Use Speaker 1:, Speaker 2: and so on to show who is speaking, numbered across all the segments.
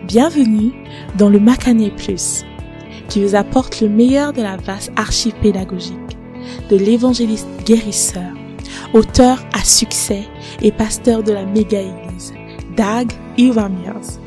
Speaker 1: Bienvenue dans le Macané Plus, qui vous apporte le meilleur de la vaste archive pédagogique de l'évangéliste guérisseur, auteur à succès et pasteur de la méga-église, Dag Heward-Mills.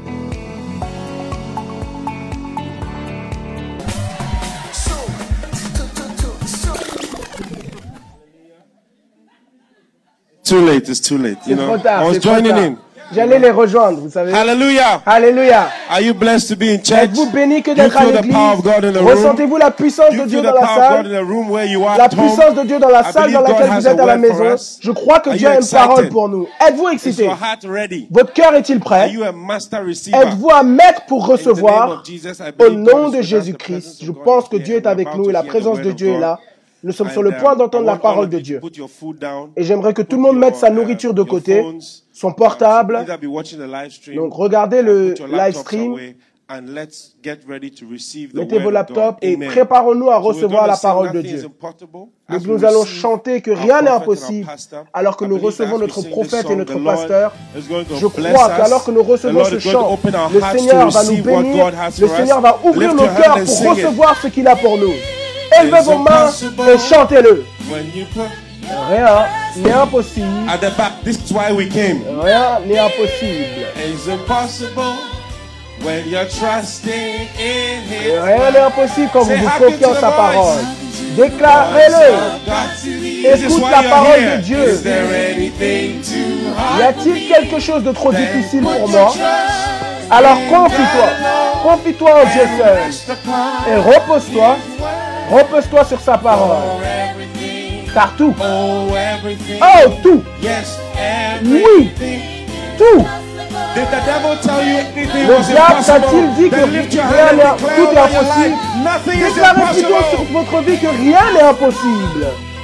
Speaker 2: Too late, it's too late. You know,
Speaker 3: trop tard,
Speaker 2: I was
Speaker 3: c'est trop
Speaker 2: joining
Speaker 3: tard.
Speaker 2: in.
Speaker 3: J'allais les rejoindre, vous savez.
Speaker 2: Hallelujah.
Speaker 3: Alléluia.
Speaker 2: Are you blessed to be in church?
Speaker 3: Êtes-vous bénis que
Speaker 2: You
Speaker 3: d'être à
Speaker 2: feel the power of God in
Speaker 3: l'église?
Speaker 2: the room.
Speaker 3: Ressentez-vous la puissance de
Speaker 2: You
Speaker 3: Dieu
Speaker 2: feel
Speaker 3: dans
Speaker 2: the
Speaker 3: la
Speaker 2: power of God in
Speaker 3: salle?
Speaker 2: the room where you are
Speaker 3: La
Speaker 2: at home.
Speaker 3: puissance de Dieu dans la
Speaker 2: I
Speaker 3: salle
Speaker 2: believe
Speaker 3: dans
Speaker 2: God
Speaker 3: laquelle
Speaker 2: has
Speaker 3: vous
Speaker 2: a
Speaker 3: êtes à la
Speaker 2: word for
Speaker 3: maison.
Speaker 2: us.
Speaker 3: Je crois que
Speaker 2: Are
Speaker 3: Dieu
Speaker 2: you
Speaker 3: a une parole
Speaker 2: excited?
Speaker 3: pour nous. Êtes-vous
Speaker 2: Is
Speaker 3: excité?
Speaker 2: your heart ready?
Speaker 3: Votre cœur est-il
Speaker 2: Are
Speaker 3: prêt?
Speaker 2: you a master receiver?
Speaker 3: Êtes-vous à mettre pour
Speaker 2: In the name
Speaker 3: recevoir?
Speaker 2: of Jesus, I
Speaker 3: Au
Speaker 2: believe God
Speaker 3: nom
Speaker 2: is
Speaker 3: de
Speaker 2: with us. The
Speaker 3: Jésus-Christ,
Speaker 2: presence
Speaker 3: je
Speaker 2: of God
Speaker 3: pense
Speaker 2: is
Speaker 3: que
Speaker 2: here.
Speaker 3: Dieu est
Speaker 2: We're
Speaker 3: avec
Speaker 2: about
Speaker 3: nous
Speaker 2: to
Speaker 3: et la
Speaker 2: hear the
Speaker 3: présence
Speaker 2: word
Speaker 3: de
Speaker 2: of
Speaker 3: Dieu est
Speaker 2: God.
Speaker 3: là. Nous sommes sur
Speaker 2: And,
Speaker 3: le point
Speaker 2: I
Speaker 3: d'entendre la
Speaker 2: want all
Speaker 3: parole
Speaker 2: of
Speaker 3: de
Speaker 2: you to
Speaker 3: Dieu.
Speaker 2: put your food down.
Speaker 3: Et j'aimerais que tout
Speaker 2: Put
Speaker 3: le monde
Speaker 2: your,
Speaker 3: mette sa nourriture de
Speaker 2: your
Speaker 3: côté,
Speaker 2: phones.
Speaker 3: son
Speaker 2: You
Speaker 3: portable.
Speaker 2: should either be watching the live stream,
Speaker 3: Donc regardez le
Speaker 2: put your
Speaker 3: live
Speaker 2: laptops
Speaker 3: stream.
Speaker 2: away, and let's get ready to receive the
Speaker 3: Mettez vos
Speaker 2: word of God.
Speaker 3: laptops et
Speaker 2: Amen.
Speaker 3: préparons-nous à
Speaker 2: So we're
Speaker 3: recevoir
Speaker 2: gonna
Speaker 3: la
Speaker 2: sing
Speaker 3: parole de
Speaker 2: Nothing is
Speaker 3: Dieu.
Speaker 2: Impossible
Speaker 3: Donc
Speaker 2: as we
Speaker 3: nous allons
Speaker 2: receive
Speaker 3: chanter que
Speaker 2: our
Speaker 3: rien n'est
Speaker 2: prophet and our
Speaker 3: impossible
Speaker 2: pastor.
Speaker 3: alors que
Speaker 2: I
Speaker 3: nous
Speaker 2: believe that
Speaker 3: recevons
Speaker 2: as we
Speaker 3: notre
Speaker 2: sing this
Speaker 3: prophète et
Speaker 2: song,
Speaker 3: notre
Speaker 2: the Lord
Speaker 3: pasteur.
Speaker 2: is going to
Speaker 3: Je
Speaker 2: bless
Speaker 3: crois
Speaker 2: us.
Speaker 3: qu'alors que nous
Speaker 2: The
Speaker 3: recevons
Speaker 2: Lord
Speaker 3: ce
Speaker 2: is going
Speaker 3: chant,
Speaker 2: to open our
Speaker 3: le
Speaker 2: hearts
Speaker 3: Seigneur
Speaker 2: to
Speaker 3: va nous
Speaker 2: receive what
Speaker 3: bénir,
Speaker 2: God has
Speaker 3: le
Speaker 2: for
Speaker 3: Seigneur
Speaker 2: us.
Speaker 3: va ouvrir
Speaker 2: Lift
Speaker 3: nos
Speaker 2: your hand
Speaker 3: cœurs
Speaker 2: and
Speaker 3: pour
Speaker 2: sing it.
Speaker 3: recevoir ce qu'il a pour nous. Élevez
Speaker 2: It's
Speaker 3: vos mains
Speaker 2: impossible
Speaker 3: et chantez-le.
Speaker 2: when you put
Speaker 3: Rien n'est impossible.
Speaker 2: at the back. This is why we came.
Speaker 3: Rien n'est impossible.
Speaker 2: It's impossible when you're trusting in
Speaker 3: Et
Speaker 2: Him.
Speaker 3: rien n'est impossible quand vous
Speaker 2: Say
Speaker 3: vous
Speaker 2: happy
Speaker 3: confiez en
Speaker 2: to the
Speaker 3: sa
Speaker 2: voice.
Speaker 3: parole. Déclarez-le.
Speaker 2: This is
Speaker 3: Écoute
Speaker 2: why
Speaker 3: la
Speaker 2: you're
Speaker 3: parole
Speaker 2: here.
Speaker 3: de Dieu.
Speaker 2: Is there anything too
Speaker 3: Y
Speaker 2: hard?
Speaker 3: a-t-il quelque chose de trop difficile pour moi? Alors confie-toi. Confie-toi en Dieu seul. Et repose-toi sur sa parole. Car tout,
Speaker 2: Oh, everything.
Speaker 3: oh tout,
Speaker 2: Yes,
Speaker 3: oui,
Speaker 2: everything.
Speaker 3: tout.
Speaker 2: Did the devil tell you anything
Speaker 3: Le
Speaker 2: was
Speaker 3: diable
Speaker 2: impossible?
Speaker 3: t'a-t-il dit que
Speaker 2: Then lift your
Speaker 3: rien
Speaker 2: hand
Speaker 3: n'est,
Speaker 2: and declare
Speaker 3: tout est
Speaker 2: over your
Speaker 3: impossible?
Speaker 2: life, nothing is
Speaker 3: Déclarez plutôt sur
Speaker 2: impossible.
Speaker 3: votre vie que rien n'est impossible.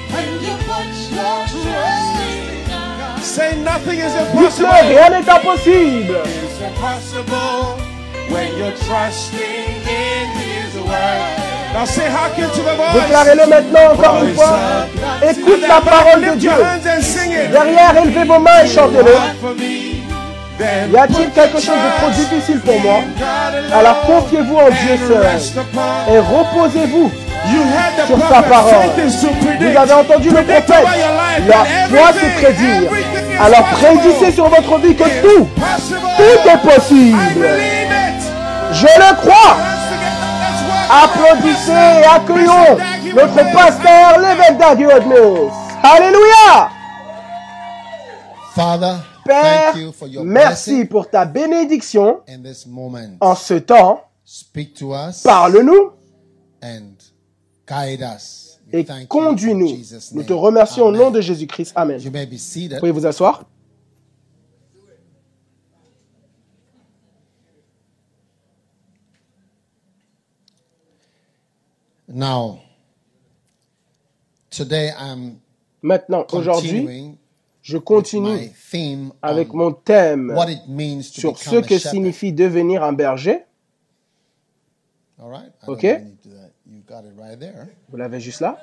Speaker 2: Say nothing is
Speaker 3: Dites-le,
Speaker 2: impossible.
Speaker 3: rien n'est impossible.
Speaker 2: It's impossible when you're trusting in His word. Now say hearken to the voice.
Speaker 3: Déclarez-le maintenant encore une fois. Écoute la parole de
Speaker 2: Lift
Speaker 3: Dieu.
Speaker 2: your hands and sing it.
Speaker 3: Derrière, élevez vos mains et chantez-le.
Speaker 2: For me, then
Speaker 3: Y a-t-il quelque chose de trop difficile pour moi? Alors confiez-vous en Dieu seul et reposez-vous
Speaker 2: you had the
Speaker 3: sur sa
Speaker 2: prophet.
Speaker 3: parole.
Speaker 2: Faith is to predict.
Speaker 3: Vous avez entendu le
Speaker 2: Predict
Speaker 3: prophète.
Speaker 2: over your life.
Speaker 3: La
Speaker 2: And
Speaker 3: foi, c'est
Speaker 2: everything,
Speaker 3: prédire.
Speaker 2: everything is
Speaker 3: Alors
Speaker 2: possible.
Speaker 3: prédisez sur votre vie que tout
Speaker 2: Possible.
Speaker 3: est possible.
Speaker 2: I believe it.
Speaker 3: Je le crois.
Speaker 2: Let's work.
Speaker 3: Applaudissez et accueillons notre pasteur, l'évêque Dag Heward-Mills. Alléluia.
Speaker 4: Father,
Speaker 3: Père,
Speaker 4: thank you for your
Speaker 3: merci
Speaker 4: blessing
Speaker 3: pour ta bénédiction
Speaker 4: in this moment.
Speaker 3: en ce temps.
Speaker 4: Speak to us
Speaker 3: Parle-nous
Speaker 4: and guide us. We
Speaker 3: et
Speaker 4: thank you in
Speaker 3: conduis-nous.
Speaker 4: Jesus'
Speaker 3: Nous
Speaker 4: name.
Speaker 3: te remercions au
Speaker 4: Amen.
Speaker 3: nom de Jésus-Christ. Amen.
Speaker 4: You may be seated.
Speaker 3: Vous pouvez vous asseoir.
Speaker 4: Now, today I'm
Speaker 3: Maintenant, aujourd'hui,
Speaker 4: continuing
Speaker 3: je
Speaker 4: with
Speaker 3: continue
Speaker 4: my theme
Speaker 3: avec
Speaker 4: on
Speaker 3: mon thème
Speaker 4: what it means to
Speaker 3: sur ce
Speaker 4: become a
Speaker 3: que
Speaker 4: shepherd.
Speaker 3: signifie devenir un berger.
Speaker 4: All right? I
Speaker 3: Okay.
Speaker 4: don't need to do that. You got it right there.
Speaker 3: Vous l'avez juste là.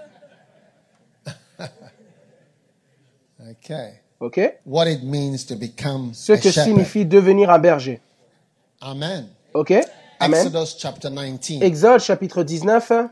Speaker 4: Okay.
Speaker 3: OK?
Speaker 4: What it means to become
Speaker 3: Ce
Speaker 4: a
Speaker 3: que
Speaker 4: shepherd.
Speaker 3: signifie devenir un berger.
Speaker 4: Amen.
Speaker 3: OK? Amen.
Speaker 4: Exodus chapter 19.
Speaker 3: Exode chapitre 19.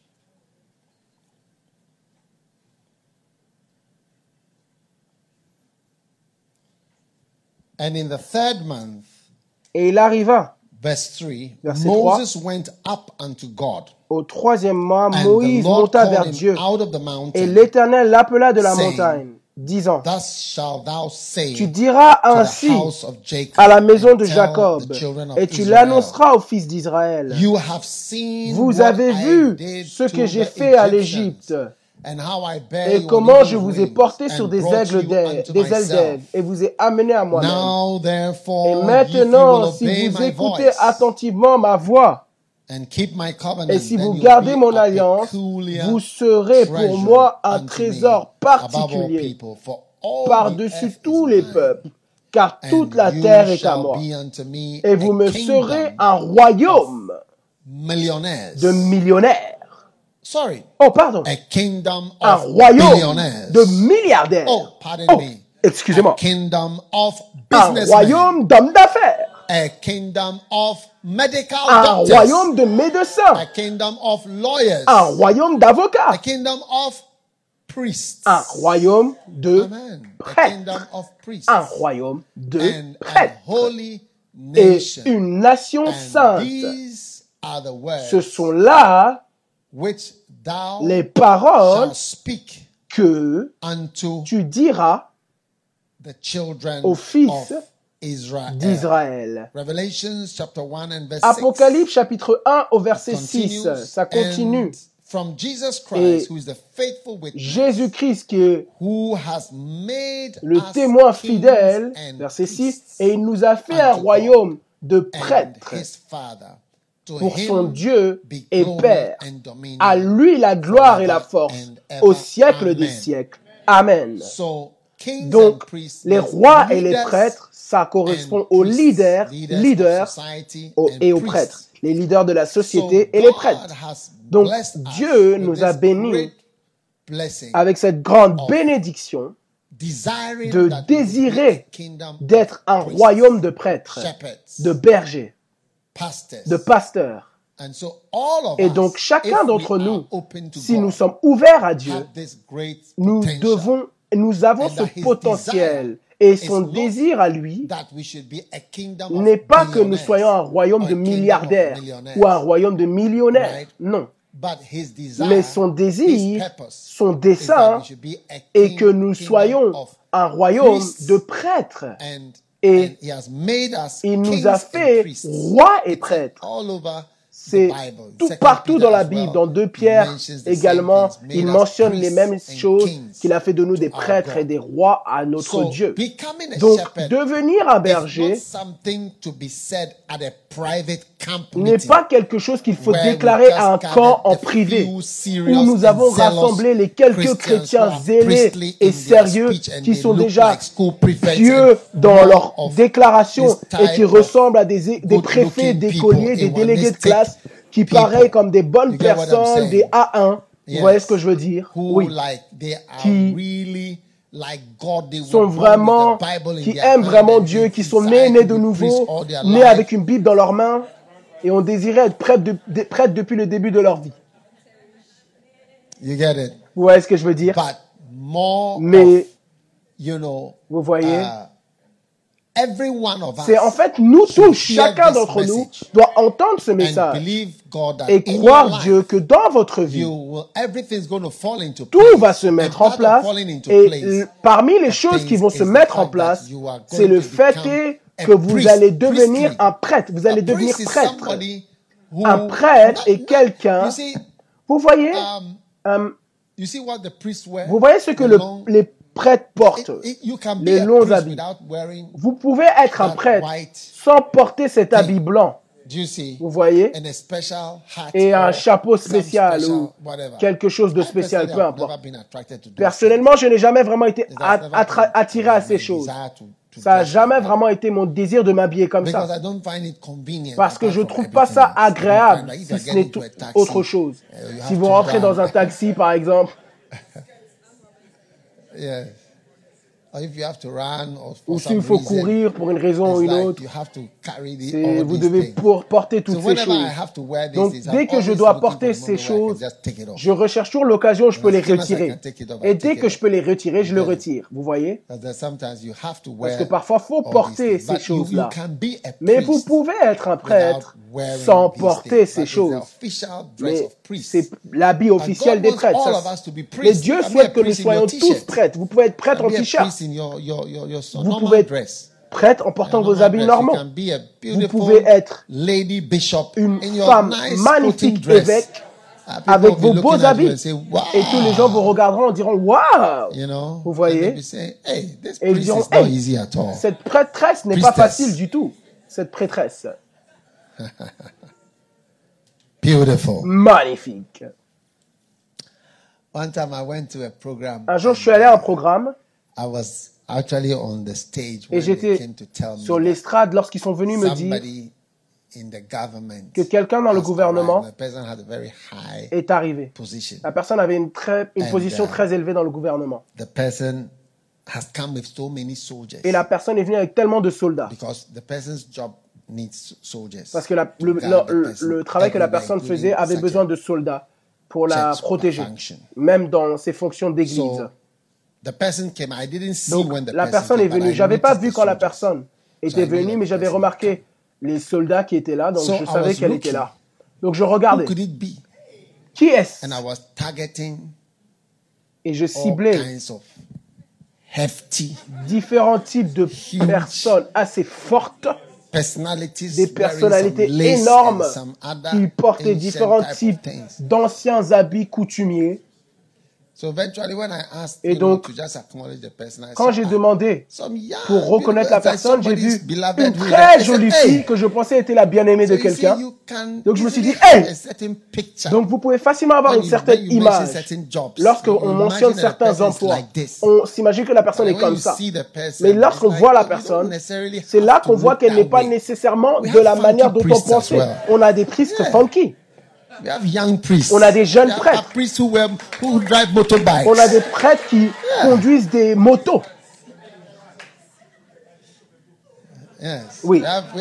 Speaker 4: And in the third month,
Speaker 3: Et il arriva
Speaker 4: verse 3,
Speaker 3: Verset
Speaker 4: Moses went up unto God.
Speaker 3: au troisième mois,
Speaker 4: And
Speaker 3: Moïse
Speaker 4: the Lord
Speaker 3: monta
Speaker 4: called
Speaker 3: vers
Speaker 4: him
Speaker 3: Dieu.
Speaker 4: out of the
Speaker 3: Et
Speaker 4: mountain,
Speaker 3: l'Éternel l'appela de la
Speaker 4: saying,
Speaker 3: montagne, disant,
Speaker 4: Thus shalt thou say
Speaker 3: tu diras
Speaker 4: to the
Speaker 3: ainsi
Speaker 4: house of Jacob
Speaker 3: à la maison
Speaker 4: and
Speaker 3: de
Speaker 4: tell
Speaker 3: Jacob,
Speaker 4: the children of
Speaker 3: et tu
Speaker 4: Israel,
Speaker 3: l'annonceras aux fils d'Israël.
Speaker 4: You have seen
Speaker 3: Vous
Speaker 4: what
Speaker 3: avez
Speaker 4: I
Speaker 3: vu
Speaker 4: did
Speaker 3: ce
Speaker 4: to
Speaker 3: que j'ai
Speaker 4: the
Speaker 3: fait à
Speaker 4: Egyptians,
Speaker 3: l'Égypte,
Speaker 4: and how I bare
Speaker 3: et
Speaker 4: you on
Speaker 3: comment
Speaker 4: eagle's
Speaker 3: je vous ai
Speaker 4: wings,
Speaker 3: porté sur
Speaker 4: and
Speaker 3: des
Speaker 4: brought
Speaker 3: aigles
Speaker 4: you
Speaker 3: d'aigle,
Speaker 4: unto
Speaker 3: des ailes
Speaker 4: myself.
Speaker 3: d'aigle, et vous ai amené à moi-même.
Speaker 4: Now
Speaker 3: Et
Speaker 4: therefore, if you will
Speaker 3: maintenant, si
Speaker 4: obey
Speaker 3: vous
Speaker 4: my
Speaker 3: écoutez
Speaker 4: voice
Speaker 3: attentivement ma voix,
Speaker 4: and keep my covenant,
Speaker 3: et si
Speaker 4: then
Speaker 3: vous
Speaker 4: you'll
Speaker 3: gardez
Speaker 4: be
Speaker 3: mon
Speaker 4: a
Speaker 3: alliance,
Speaker 4: peculiar
Speaker 3: vous serez pour
Speaker 4: treasure
Speaker 3: moi un
Speaker 4: unto me
Speaker 3: trésor
Speaker 4: above all
Speaker 3: particulier
Speaker 4: people, for all the
Speaker 3: par-dessus
Speaker 4: earth
Speaker 3: tous
Speaker 4: is
Speaker 3: les
Speaker 4: mine.
Speaker 3: peuples, car
Speaker 4: And
Speaker 3: toute la
Speaker 4: you
Speaker 3: terre est à
Speaker 4: shall
Speaker 3: moi.
Speaker 4: be unto me
Speaker 3: Et vous
Speaker 4: a
Speaker 3: me
Speaker 4: kingdom
Speaker 3: serez un royaume
Speaker 4: millionaires.
Speaker 3: de millionnaires.
Speaker 4: Sorry,
Speaker 3: Oh, pardon.
Speaker 4: a kingdom
Speaker 3: Un
Speaker 4: of
Speaker 3: royaume
Speaker 4: billionaires.
Speaker 3: de milliardaires.
Speaker 4: Oh, pardon
Speaker 3: Oh,
Speaker 4: me. A
Speaker 3: excusez-moi.
Speaker 4: kingdom of
Speaker 3: Un
Speaker 4: businessmen.
Speaker 3: royaume d'hommes d'affaires.
Speaker 4: a kingdom of medical
Speaker 3: Un
Speaker 4: doctors,
Speaker 3: royaume de médecins.
Speaker 4: a kingdom of lawyers,
Speaker 3: Un royaume
Speaker 4: a
Speaker 3: d'avocats.
Speaker 4: kingdom of priests.
Speaker 3: Un royaume de
Speaker 4: Amen. A
Speaker 3: prêtres.
Speaker 4: kingdom of priests.
Speaker 3: Un royaume de
Speaker 4: And a
Speaker 3: prêtres.
Speaker 4: holy
Speaker 3: Et
Speaker 4: nation.
Speaker 3: une nation
Speaker 4: And
Speaker 3: sainte.
Speaker 4: these are the words
Speaker 3: Ce sont là
Speaker 4: which thou
Speaker 3: les paroles
Speaker 4: shalt speak
Speaker 3: que
Speaker 4: unto
Speaker 3: tu diras
Speaker 4: the children
Speaker 3: aux fils
Speaker 4: of Israel.
Speaker 3: d'Israël.
Speaker 4: Revelations chapter 1 and verse 6.
Speaker 3: Apocalypse chapitre 1 au verset
Speaker 4: continues,
Speaker 3: 6. Ça continue.
Speaker 4: and from Jesus Christ, who is the faithful witness,
Speaker 3: Jésus-Christ qui est
Speaker 4: who has made
Speaker 3: le
Speaker 4: us
Speaker 3: témoin
Speaker 4: kings
Speaker 3: fidèle,
Speaker 4: and
Speaker 3: verset 6,
Speaker 4: priests
Speaker 3: et il nous a fait un
Speaker 4: unto
Speaker 3: royaume de
Speaker 4: and
Speaker 3: prêtres
Speaker 4: his Father. To
Speaker 3: pour
Speaker 4: him
Speaker 3: son Dieu
Speaker 4: be
Speaker 3: et
Speaker 4: glory
Speaker 3: Père.
Speaker 4: and dominion.
Speaker 3: À lui la gloire et la force au siècle des siècles. Amen.
Speaker 4: So, kings and
Speaker 3: Donc,
Speaker 4: priests,
Speaker 3: les
Speaker 4: means
Speaker 3: rois et les
Speaker 4: leaders
Speaker 3: prêtres, ça correspond
Speaker 4: and
Speaker 3: aux
Speaker 4: priests,
Speaker 3: leaders
Speaker 4: of society
Speaker 3: et
Speaker 4: and
Speaker 3: aux
Speaker 4: priests.
Speaker 3: prêtres, les leaders de la
Speaker 4: So
Speaker 3: société et les
Speaker 4: God
Speaker 3: prêtres.
Speaker 4: has
Speaker 3: Donc,
Speaker 4: blessed us
Speaker 3: Dieu
Speaker 4: with
Speaker 3: nous a
Speaker 4: this
Speaker 3: bénis
Speaker 4: great blessing,
Speaker 3: avec cette grande
Speaker 4: of
Speaker 3: bénédiction
Speaker 4: desiring
Speaker 3: de
Speaker 4: that we would be
Speaker 3: désirer
Speaker 4: a kingdom
Speaker 3: d'être un
Speaker 4: of priests,
Speaker 3: royaume de prêtres,
Speaker 4: shepherds,
Speaker 3: de bergers,
Speaker 4: pastors.
Speaker 3: de pasteurs.
Speaker 4: And so all of
Speaker 3: Et
Speaker 4: us,
Speaker 3: donc, chacun
Speaker 4: if
Speaker 3: d'entre
Speaker 4: we
Speaker 3: nous,
Speaker 4: are open to
Speaker 3: si
Speaker 4: God,
Speaker 3: nous sommes ouverts à Dieu,
Speaker 4: have this great
Speaker 3: nous
Speaker 4: potential
Speaker 3: avons
Speaker 4: And
Speaker 3: ce
Speaker 4: that his
Speaker 3: potentiel. Et
Speaker 4: desire
Speaker 3: son
Speaker 4: is not
Speaker 3: désir à lui
Speaker 4: that we should be a kingdom
Speaker 3: n'est
Speaker 4: of
Speaker 3: pas que nous
Speaker 4: billionaires,
Speaker 3: soyons un royaume
Speaker 4: or
Speaker 3: de
Speaker 4: a kingdom of
Speaker 3: milliardaires
Speaker 4: millionaires,
Speaker 3: ou un royaume de millionnaires.
Speaker 4: Right.
Speaker 3: Non.
Speaker 4: but his desire,
Speaker 3: Mais son
Speaker 4: his
Speaker 3: désir,
Speaker 4: purpose,
Speaker 3: son
Speaker 4: is that
Speaker 3: dessein
Speaker 4: we should be a
Speaker 3: est que nous
Speaker 4: kingdom
Speaker 3: soyons
Speaker 4: of
Speaker 3: un royaume
Speaker 4: priests
Speaker 3: de prêtres.
Speaker 4: and
Speaker 3: Et
Speaker 4: he has made us
Speaker 3: il nous
Speaker 4: kings
Speaker 3: a
Speaker 4: and
Speaker 3: fait
Speaker 4: priests.
Speaker 3: rois et prêtres.
Speaker 4: All over
Speaker 3: C'est
Speaker 4: the Bible.
Speaker 3: tout
Speaker 4: 2
Speaker 3: partout
Speaker 4: Peter
Speaker 3: dans la
Speaker 4: as
Speaker 3: Bible.
Speaker 4: well.
Speaker 3: Dans 2
Speaker 4: He
Speaker 3: Pierre
Speaker 4: mentions the
Speaker 3: également,
Speaker 4: same things,
Speaker 3: il
Speaker 4: made us
Speaker 3: mentionne les
Speaker 4: priests
Speaker 3: mêmes
Speaker 4: and
Speaker 3: choses
Speaker 4: kings
Speaker 3: qu'il a fait de nous des
Speaker 4: to our
Speaker 3: prêtres et
Speaker 4: God.
Speaker 3: des rois à notre
Speaker 4: So,
Speaker 3: Dieu.
Speaker 4: becoming a
Speaker 3: Donc,
Speaker 4: shepherd
Speaker 3: devenir un
Speaker 4: is
Speaker 3: berger
Speaker 4: not something to be said at a private camp
Speaker 3: n'est
Speaker 4: meeting,
Speaker 3: pas quelque chose qu'il faut
Speaker 4: where we
Speaker 3: déclarer
Speaker 4: just
Speaker 3: à un
Speaker 4: gathered
Speaker 3: camp en
Speaker 4: the
Speaker 3: privé,
Speaker 4: few
Speaker 3: où
Speaker 4: serious
Speaker 3: nous avons
Speaker 4: and zealous
Speaker 3: rassemblé les quelques
Speaker 4: Christians
Speaker 3: chrétiens
Speaker 4: who are
Speaker 3: zélés
Speaker 4: priestly
Speaker 3: et
Speaker 4: in their
Speaker 3: sérieux
Speaker 4: speech and
Speaker 3: qui
Speaker 4: they
Speaker 3: sont
Speaker 4: look
Speaker 3: déjà
Speaker 4: like school prefects
Speaker 3: pieux
Speaker 4: and
Speaker 3: dans
Speaker 4: more
Speaker 3: leurs
Speaker 4: of
Speaker 3: déclarations
Speaker 4: this
Speaker 3: et qui
Speaker 4: type of
Speaker 3: ressemblent à des préfets,
Speaker 4: good-looking
Speaker 3: d'écoliers,
Speaker 4: people,
Speaker 3: des délégués de
Speaker 4: humanistic
Speaker 3: classe qui
Speaker 4: people.
Speaker 3: paraissent comme des bonnes
Speaker 4: You get what I'm
Speaker 3: personnes,
Speaker 4: saying?
Speaker 3: des A1. Vous
Speaker 4: Yes.
Speaker 3: voyez ce que je veux dire?
Speaker 4: who
Speaker 3: Oui.
Speaker 4: like they are
Speaker 3: Qui
Speaker 4: really like God, they
Speaker 3: Sont
Speaker 4: were born
Speaker 3: vraiment,
Speaker 4: with the Bible in
Speaker 3: qui
Speaker 4: their
Speaker 3: aiment
Speaker 4: hand
Speaker 3: vraiment
Speaker 4: and
Speaker 3: Dieu,
Speaker 4: they
Speaker 3: qui sont
Speaker 4: desire
Speaker 3: nés
Speaker 4: to
Speaker 3: de
Speaker 4: be
Speaker 3: nouveau,
Speaker 4: priests all their
Speaker 3: nés
Speaker 4: life.
Speaker 3: avec une Bible dans leurs mains et ont désiré être prêtres depuis le début de leur vie.
Speaker 4: You get it?
Speaker 3: Vous voyez ce que je veux dire?
Speaker 4: But more
Speaker 3: Mais
Speaker 4: of, you know,
Speaker 3: vous voyez,
Speaker 4: every one of us
Speaker 3: c'est en fait nous tous, chacun
Speaker 4: this
Speaker 3: d'entre nous
Speaker 4: message
Speaker 3: doit entendre ce
Speaker 4: and
Speaker 3: message
Speaker 4: believe God that
Speaker 3: et
Speaker 4: in
Speaker 3: croire
Speaker 4: your life,
Speaker 3: Dieu que dans votre vie,
Speaker 4: everything's going to fall into
Speaker 3: tout
Speaker 4: place.
Speaker 3: va se mettre
Speaker 4: And
Speaker 3: en
Speaker 4: part of
Speaker 3: place.
Speaker 4: falling into
Speaker 3: Et
Speaker 4: place,
Speaker 3: parmi les choses qui vont se mettre en place, c'est le fait que vous allez devenir un prêtre. Vous allez devenir prêtre. Un prêtre est quelqu'un. Vous voyez, vous voyez ce que les prêtres portent, les longs habits. Vous pouvez être un prêtre sans porter cet habit blanc. Vous voyez, et un chapeau spécial ou quelque chose de spécial, peu importe. Personnellement, je n'ai jamais vraiment été attiré à ces choses. Ça n'a jamais vraiment été mon désir de m'habiller comme ça. Parce que je ne trouve pas ça agréable, si ce n'est autre chose. Si vous rentrez dans un taxi, par exemple, ou s'il faut courir pour une raison ou une autre, vous devez porter toutes ces choses. Donc, dès que je dois porter ces choses, je recherche toujours l'occasion où je peux les retirer. Et dès que je peux les retirer, je le retire. Vous voyez? Parce que parfois, il faut porter ces choses-là. Mais vous pouvez être un prêtre sans porter ces choses. Mais c'est l'habit officiel des prêtres. Mais Dieu souhaite que nous soyons tous prêtres. Vous pouvez être prêtre en t-shirt. Vous pouvez être prêtre en portant vos habits normaux. Vous pouvez être une femme magnifique évêque avec vos beaux habits. Et tous les gens vous regarderont et diront « Waouh !» Vous voyez? Et ils diront « Hey, cette prêtresse n'est pas facile du tout. Cette prêtresse. » Magnifique. Un jour, je suis allé à un programme. Et j'étais sur l'estrade lorsqu'ils sont venus me dire que quelqu'un dans le gouvernement est arrivé. La personne avait une position très élevée dans le gouvernement. Et la personne est venue avec tellement de soldats. Parce que le travail que la personne faisait avait besoin de soldats pour la protéger, même dans ses fonctions d'église. Donc, la personne est venue. Je n'avais pas vu quand la personne était venue, mais j'avais remarqué les soldats qui étaient là, donc je savais qu'elle était là. Donc, je regardais. Qui est-ce? Et je ciblais différents types de personnes assez fortes, des personnalités énormes qui portaient différents types d'anciens habits coutumiers. Et donc, quand j'ai demandé pour reconnaître la personne, j'ai vu une très jolie fille que je pensais était la bien-aimée de quelqu'un. Donc, je me suis dit, hey! Donc, vous pouvez facilement avoir une certaine image. Lorsqu'on mentionne certains emplois, on s'imagine que la personne est comme ça. Mais lorsqu'on voit la personne, c'est là qu'on voit qu'elle n'est pas nécessairement de la manière dont on pensait. On a des priests funky. On a des jeunes prêtres. On a des prêtres qui conduisent des motos. Oui.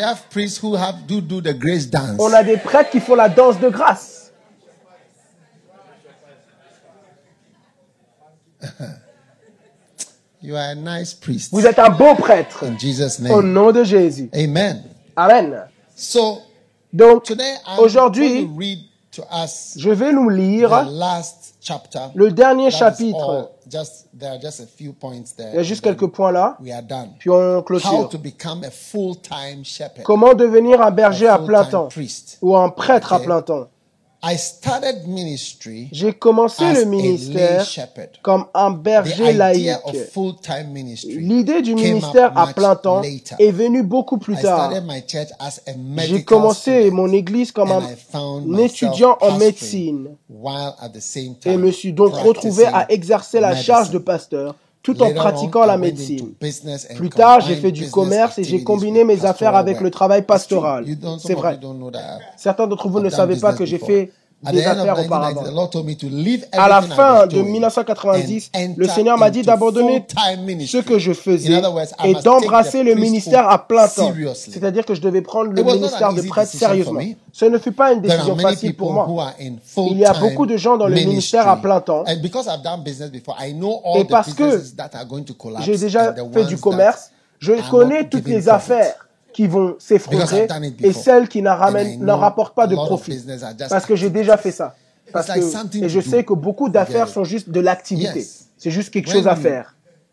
Speaker 3: On a des prêtres qui font la danse de grâce. Vous êtes un beau prêtre. Au nom de Jésus.
Speaker 4: Amen.
Speaker 3: Amen. Donc, aujourd'hui, je vais nous lire le dernier chapitre. Il y a juste quelques points là, puis on clôture. Comment devenir un berger à plein temps ou un prêtre à plein temps. J'ai commencé le ministère comme un berger laïque. L'idée du ministère à plein temps est venue beaucoup plus tard. J'ai commencé mon église comme un étudiant en médecine et me suis donc retrouvé à exercer la charge de pasteur tout en pratiquant la médecine. Plus tard, j'ai fait du commerce et j'ai combiné mes affaires avec le travail pastoral. C'est vrai. Certains d'entre vous ne savaient pas que j'ai fait des affaires auparavant. À la fin de 1990, le Seigneur m'a dit d'abandonner ce que je faisais et d'embrasser le ministère à plein temps. C'est-à-dire que je devais prendre le ministère de prêtre sérieusement. Ce ne fut pas une décision facile pour moi. Il y a beaucoup de gens dans le ministère à plein temps. Et parce que j'ai déjà fait du commerce, je connais toutes les affaires qui vont s'effondrer et celles qui n'en rapportent pas de profit. Parce que j'ai déjà fait ça. Et je sais que beaucoup d'affaires sont juste de l'activité. C'est juste quelque chose à faire.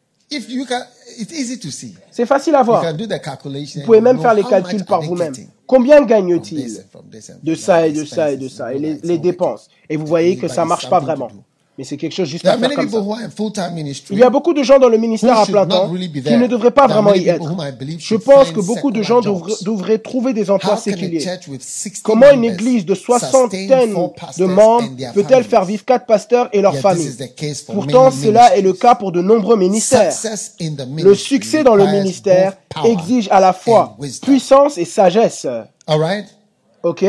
Speaker 3: C'est facile à voir. Vous pouvez même faire les calculs par vous-même. Combien gagne-t-il de ça et de ça et de ça et les dépenses. Et vous voyez que ça ne marche pas vraiment. Mais c'est quelque chose juste à faire comme ça. Il y a beaucoup de gens dans le ministère à plein temps qui ne devraient pas vraiment y être. Je pense que beaucoup de gens devraient trouver des emplois séculiers. Comment une église de soixantaine de membres peut-elle faire vivre 4 pasteurs et leurs familles? Pourtant, cela est le cas pour de nombreux ministères. Le succès dans le ministère exige à la fois puissance et sagesse. OK?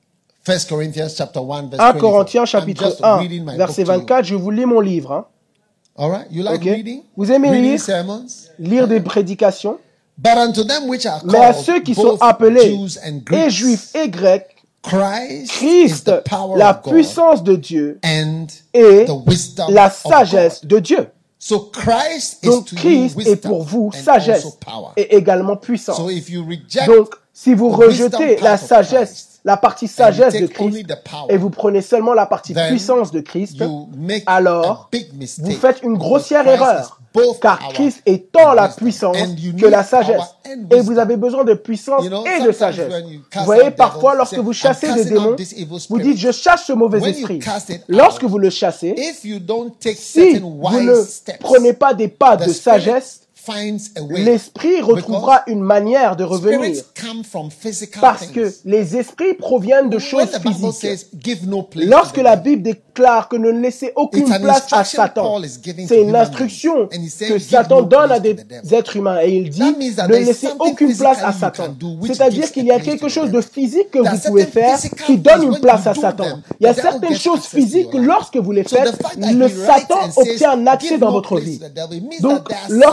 Speaker 3: 1 Corinthiens chapitre 1, verset 24, je vous lis mon livre. Okay. Vous aimez lire des prédications? Mais à ceux qui sont appelés, et juifs et grecs, Christ, la puissance de Dieu et la sagesse de Dieu. Donc Christ est pour vous sagesse et également puissance. Donc si vous rejetez la sagesse, la partie sagesse de Christ, et vous prenez seulement la partie puissance de Christ, alors vous faites une grossière erreur, car Christ est tant la puissance que la sagesse, et vous avez besoin de puissance et de sagesse. Vous voyez, parfois, lorsque vous chassez des démons, vous dites, je chasse ce mauvais esprit. Lorsque vous le chassez, si vous ne prenez pas des pas de sagesse, l'esprit retrouvera une manière de revenir parce que les esprits proviennent de choses physiques. Lorsque la Bible déclare que ne laissez aucune place à Satan, c'est une instruction que Satan donne à des êtres humains et il dit ne laissez aucune place à Satan. C'est-à-dire qu'il y a quelque chose de physique que vous pouvez faire qui donne une place à Satan. Il y a certaines choses physiques que lorsque vous les faites, le Satan obtient un accès dans votre vie. Donc, lorsque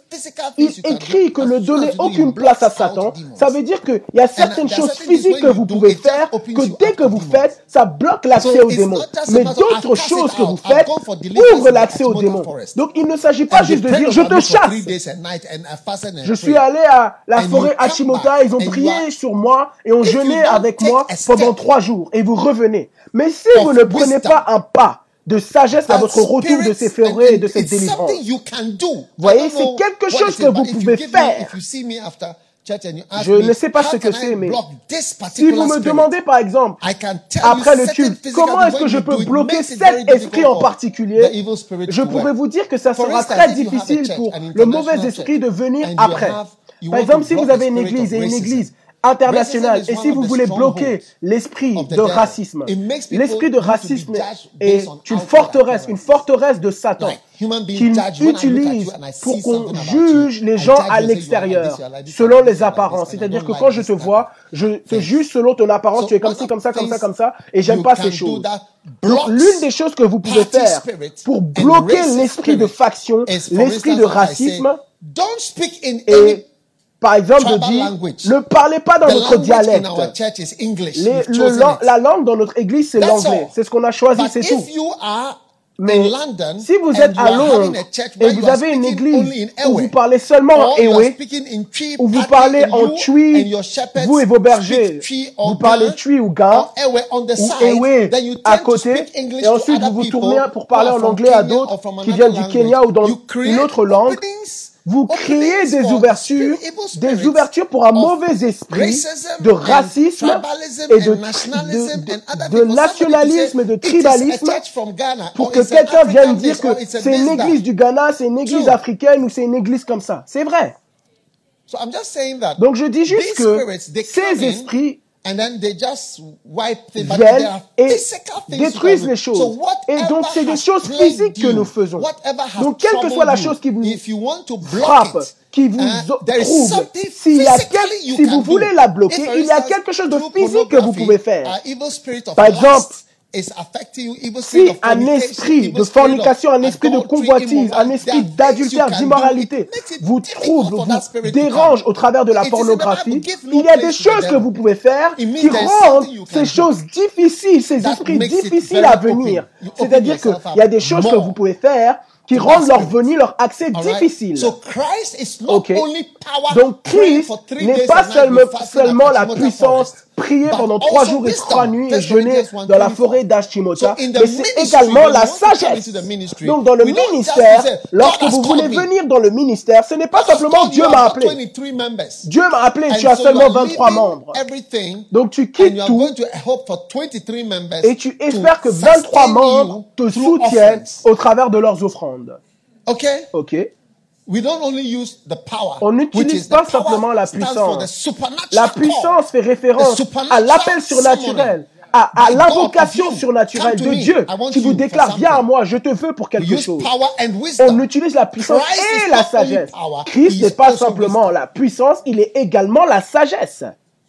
Speaker 3: il écrit que ne donnez aucune place à Satan. Ça veut dire qu'il y a certaines choses physiques que vous pouvez faire, que dès que vous faites, ça bloque l'accès aux démons. Mais d'autres choses que vous faites ouvrent l'accès aux démons. Donc il ne s'agit pas juste de dire, je te chasse. Je suis allé à la forêt Hashimota, ils ont prié sur moi et ont jeûné avec moi pendant 3 jours. Et vous revenez. Mais si vous ne prenez pas un pas de sagesse à votre retour de ces forêts et de cette délivrance, voyez, c'est quelque chose que vous pouvez faire. Je ne sais pas ce que c'est, mais si vous me demandez par exemple, après le culte, comment est-ce que je peux bloquer cet esprit en particulier, je pourrais vous dire que ça sera très difficile pour le mauvais esprit de venir après. Par exemple, si vous avez une église et une église internationale, et si vous voulez bloquer l'esprit de racisme, l'esprit de racisme est une forteresse de Satan qu'il utilise pour qu'on juge les gens à l'extérieur, selon les apparences. C'est-à-dire que quand je te vois, je te juge selon ton apparence, tu es comme ci, comme ça, comme ça, comme ça, et j'aime pas ces choses. Donc, l'une des choses que vous pouvez faire pour bloquer l'esprit de faction, l'esprit de racisme, et par exemple, de dire, ne parlez pas dans notre dialecte. La langue dans notre église, c'est l'anglais. C'est ce qu'on a choisi, c'est tout. Mais si vous êtes à Londres et vous avez une église où vous parlez seulement en Ewe, où vous parlez en Twi, vous et vos bergers, vous parlez Twi ou Ga, ou Ewe à côté, et ensuite vous vous tournez pour parler en anglais à d'autres qui viennent du Kenya ou dans une autre langue, vous créez des ouvertures pour un mauvais esprit de racisme et de nationalisme et de tribalisme pour que quelqu'un vienne dire que c'est une église du Ghana, c'est une église africaine ou c'est une église comme ça. C'est vrai. Donc je dis juste que ces esprits viennent et détruisent les choses. Et donc, c'est des choses physiques que nous faisons. Donc, quelle que soit la chose qui vous frappe, qui vous trouble, si vous voulez la bloquer, il y a quelque chose de physique que vous pouvez faire. Par exemple, si un esprit de fornication, un esprit de convoitise, un esprit d'adultère, d'immoralité vous trouble, vous dérange au travers de la pornographie, il y a des choses que vous pouvez faire qui rendent ces choses difficiles, ces esprits difficiles à venir. C'est-à-dire qu'il y a des choses que vous pouvez faire qui rendent leur venue, leur accès difficile. Ok. Donc Christ n'est pas seulement la puissance, prier pendant 3 jours et 3 nuits et jeûner dans la forêt d'Hashimota, mais c'est également la sagesse. Donc dans le ministère, lorsque vous voulez venir dans le ministère, ce n'est pas simplement Dieu m'a appelé. Dieu m'a appelé, tu as seulement 23 membres. Donc tu quittes tout et tu espères que 23 membres te soutiennent au travers de leurs offrandes. Ok. On n'utilise pas simplement la puissance. La puissance fait référence à l'appel surnaturel, à l'invocation surnaturelle de Dieu qui vous déclare, viens à moi, je te veux pour quelque chose. On utilise la puissance et la sagesse. Christ n'est pas simplement la puissance, il est également la sagesse.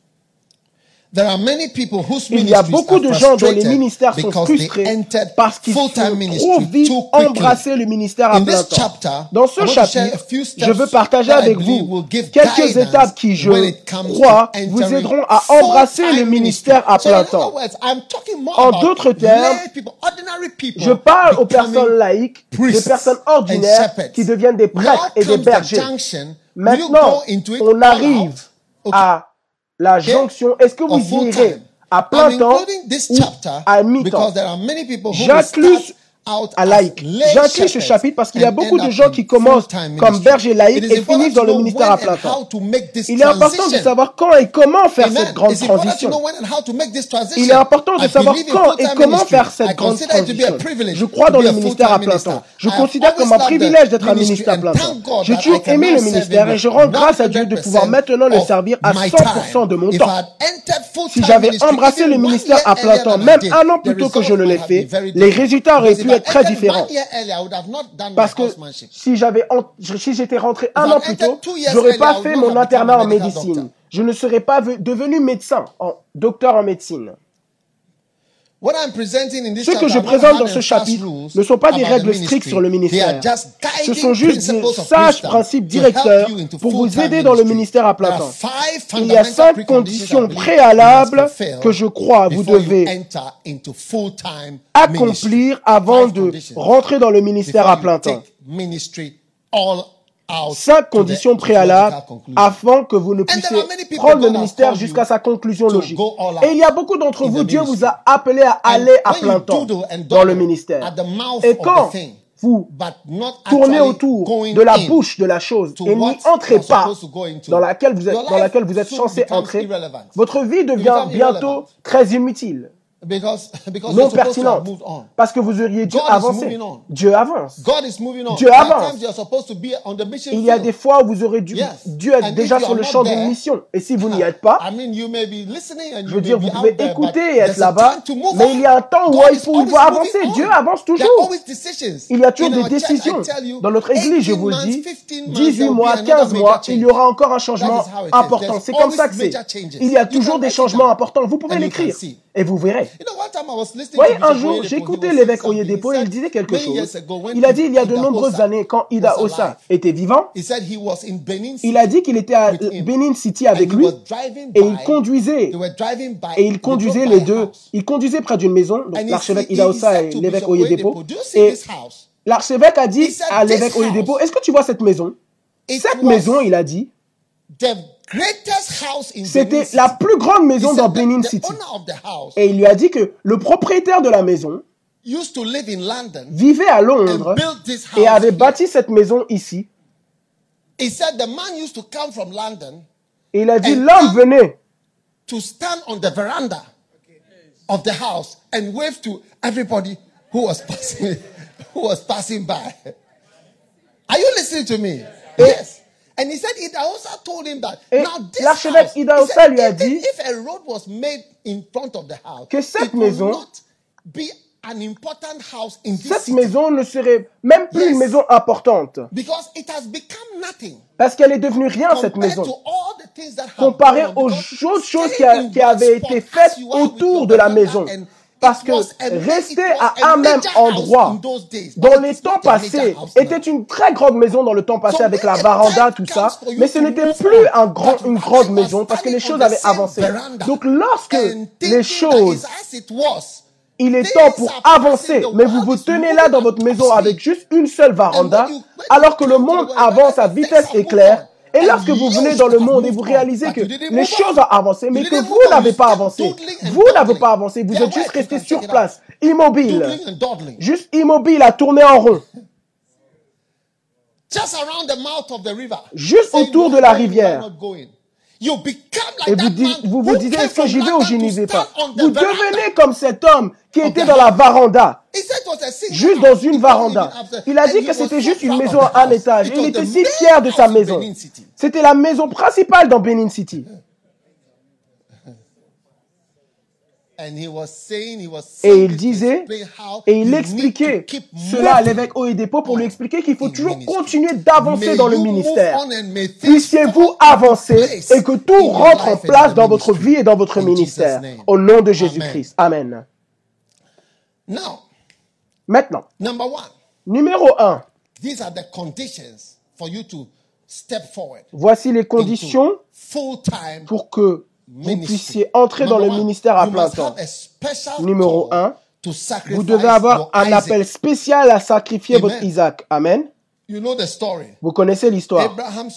Speaker 3: Il y a beaucoup de gens dont les ministères sont frustrés parce qu'ils ont trop vite embrassé le ministère à plein temps. Dans ce chapitre, je veux partager avec vous quelques étapes qui, je crois, vous aideront à embrasser le ministère à plein temps. En d'autres termes, je parle aux personnes laïques, des personnes ordinaires qui deviennent des prêtres et des bergers. Maintenant, on arrive à la jonction, est-ce que vous irez à plein temps ou à mi-temps? J'inclus à laïque. J'inclus ce chapitre parce qu'il y a beaucoup de gens qui commencent comme berger laïque et finissent dans le ministère à plein temps. Il est important de savoir quand et comment faire cette grande transition. Il est important de savoir quand et comment faire cette grande transition. Je crois dans le ministère à plein temps. Je considère comme un privilège d'être un ministère à plein temps. J'ai toujours aimé le ministère et je rends grâce à Dieu de pouvoir maintenant le servir à 100% de mon temps. Si j'avais embrassé le ministère à plein temps, même 1 an plus tôt que je ne l'ai fait, les résultats auraient pu être très différent. Parce que si j'étais rentré 1 an plus tôt, j'aurais pas fait mon internat en médecine. Je ne serais pas devenu médecin, docteur en médecine. Ce que je présente dans ce chapitre ne sont pas des règles strictes sur le ministère. Ce sont juste des sages principes directeurs pour vous aider dans le ministère à plein temps. Il y a 5 conditions préalables que je crois vous devez accomplir avant de rentrer dans le ministère à plein temps. 5 conditions préalables afin que vous ne puissiez prendre le ministère jusqu'à sa conclusion logique. Et il y a beaucoup d'entre vous, Dieu vous a appelé à aller à plein temps dans le ministère. Et quand vous tournez autour de la bouche de la chose et n'y entrez pas dans laquelle vous êtes censé entrer, votre vie devient bientôt très inutile. Non pertinente, parce que vous auriez dû avancer. Dieu avance. Dieu avance. Il y a des fois où vous aurez dû être déjà sur le champ d'une mission. Et si vous n'y êtes pas, je veux dire, vous pouvez écouter et être là-bas, mais il y a un temps où il faut avancer. Dieu avance toujours. Il y a toujours des décisions. Dans notre église, je vous le dis, 18 mois, 15 mois, il y aura encore un changement important. C'est comme ça que c'est. Il y a toujours des changements importants. Vous pouvez l'écrire. Et vous verrez. Vous voyez, un jour, j'écoutais l'évêque Oyedepo et il disait quelque chose. Il a dit il y a de nombreuses années, quand Ida Osa était vivant, il a dit qu'il était à Benin City avec lui et il conduisait les deux. Il conduisait près d'une maison, donc l'archevêque Ida Osa et l'évêque Oyedepo. Et l'archevêque a dit à l'évêque Oyedepo, est-ce que tu vois cette maison? Cette maison, il a dit, c'était la plus grande maison dans Benin City. Et il lui a dit que le propriétaire de la maison vivait à Londres et avait bâti cette maison ici. Et il a dit, l'homme venait
Speaker 4: And he said, Ida Osa told him that.
Speaker 3: Et l'archevêque Ida Osa lui a dit que cette maison ne serait même plus une maison importante. Parce qu'elle est devenue rien, cette maison. Comparée aux autres choses qui avaient été faites autour de la maison. Parce que rester à un même endroit dans les temps passés était une très grande maison dans le temps passé avec la véranda, tout ça. Mais ce n'était plus une grande maison parce que les choses avaient avancé. Donc lorsque les choses, il est temps pour avancer, mais vous vous tenez là dans votre maison avec juste une seule véranda, alors que le monde avance à vitesse éclair. Et lorsque vous venez dans le monde et vous réalisez que les choses ont avancé, mais que vous n'avez pas avancé, vous n'avez pas avancé, vous êtes juste resté sur place, immobile, juste immobile à tourner en rond, juste autour de la rivière. Et vous vous disiez, est-ce que j'y vais ou je n'y vais pas? Vous devenez comme cet homme qui était dans la véranda, juste dans une véranda. Il a dit que c'était juste une maison à un étage. Il était si fier de sa maison. C'était la maison principale dans Benin City. Et il disait, et il expliquait cela à l'évêque Oyedepo pour lui expliquer qu'il faut toujours continuer d'avancer dans le ministère. Puissiez-vous avancer et que tout rentre en place dans votre vie et dans votre ministère. Au nom de Jésus-Christ. Amen. Maintenant, numéro 1. Voici les conditions pour que vous puissiez entrer dans le ministère à plein temps. Numéro 1, vous devez avoir un appel spécial à sacrifier votre Isaac. Amen. Vous connaissez l'histoire.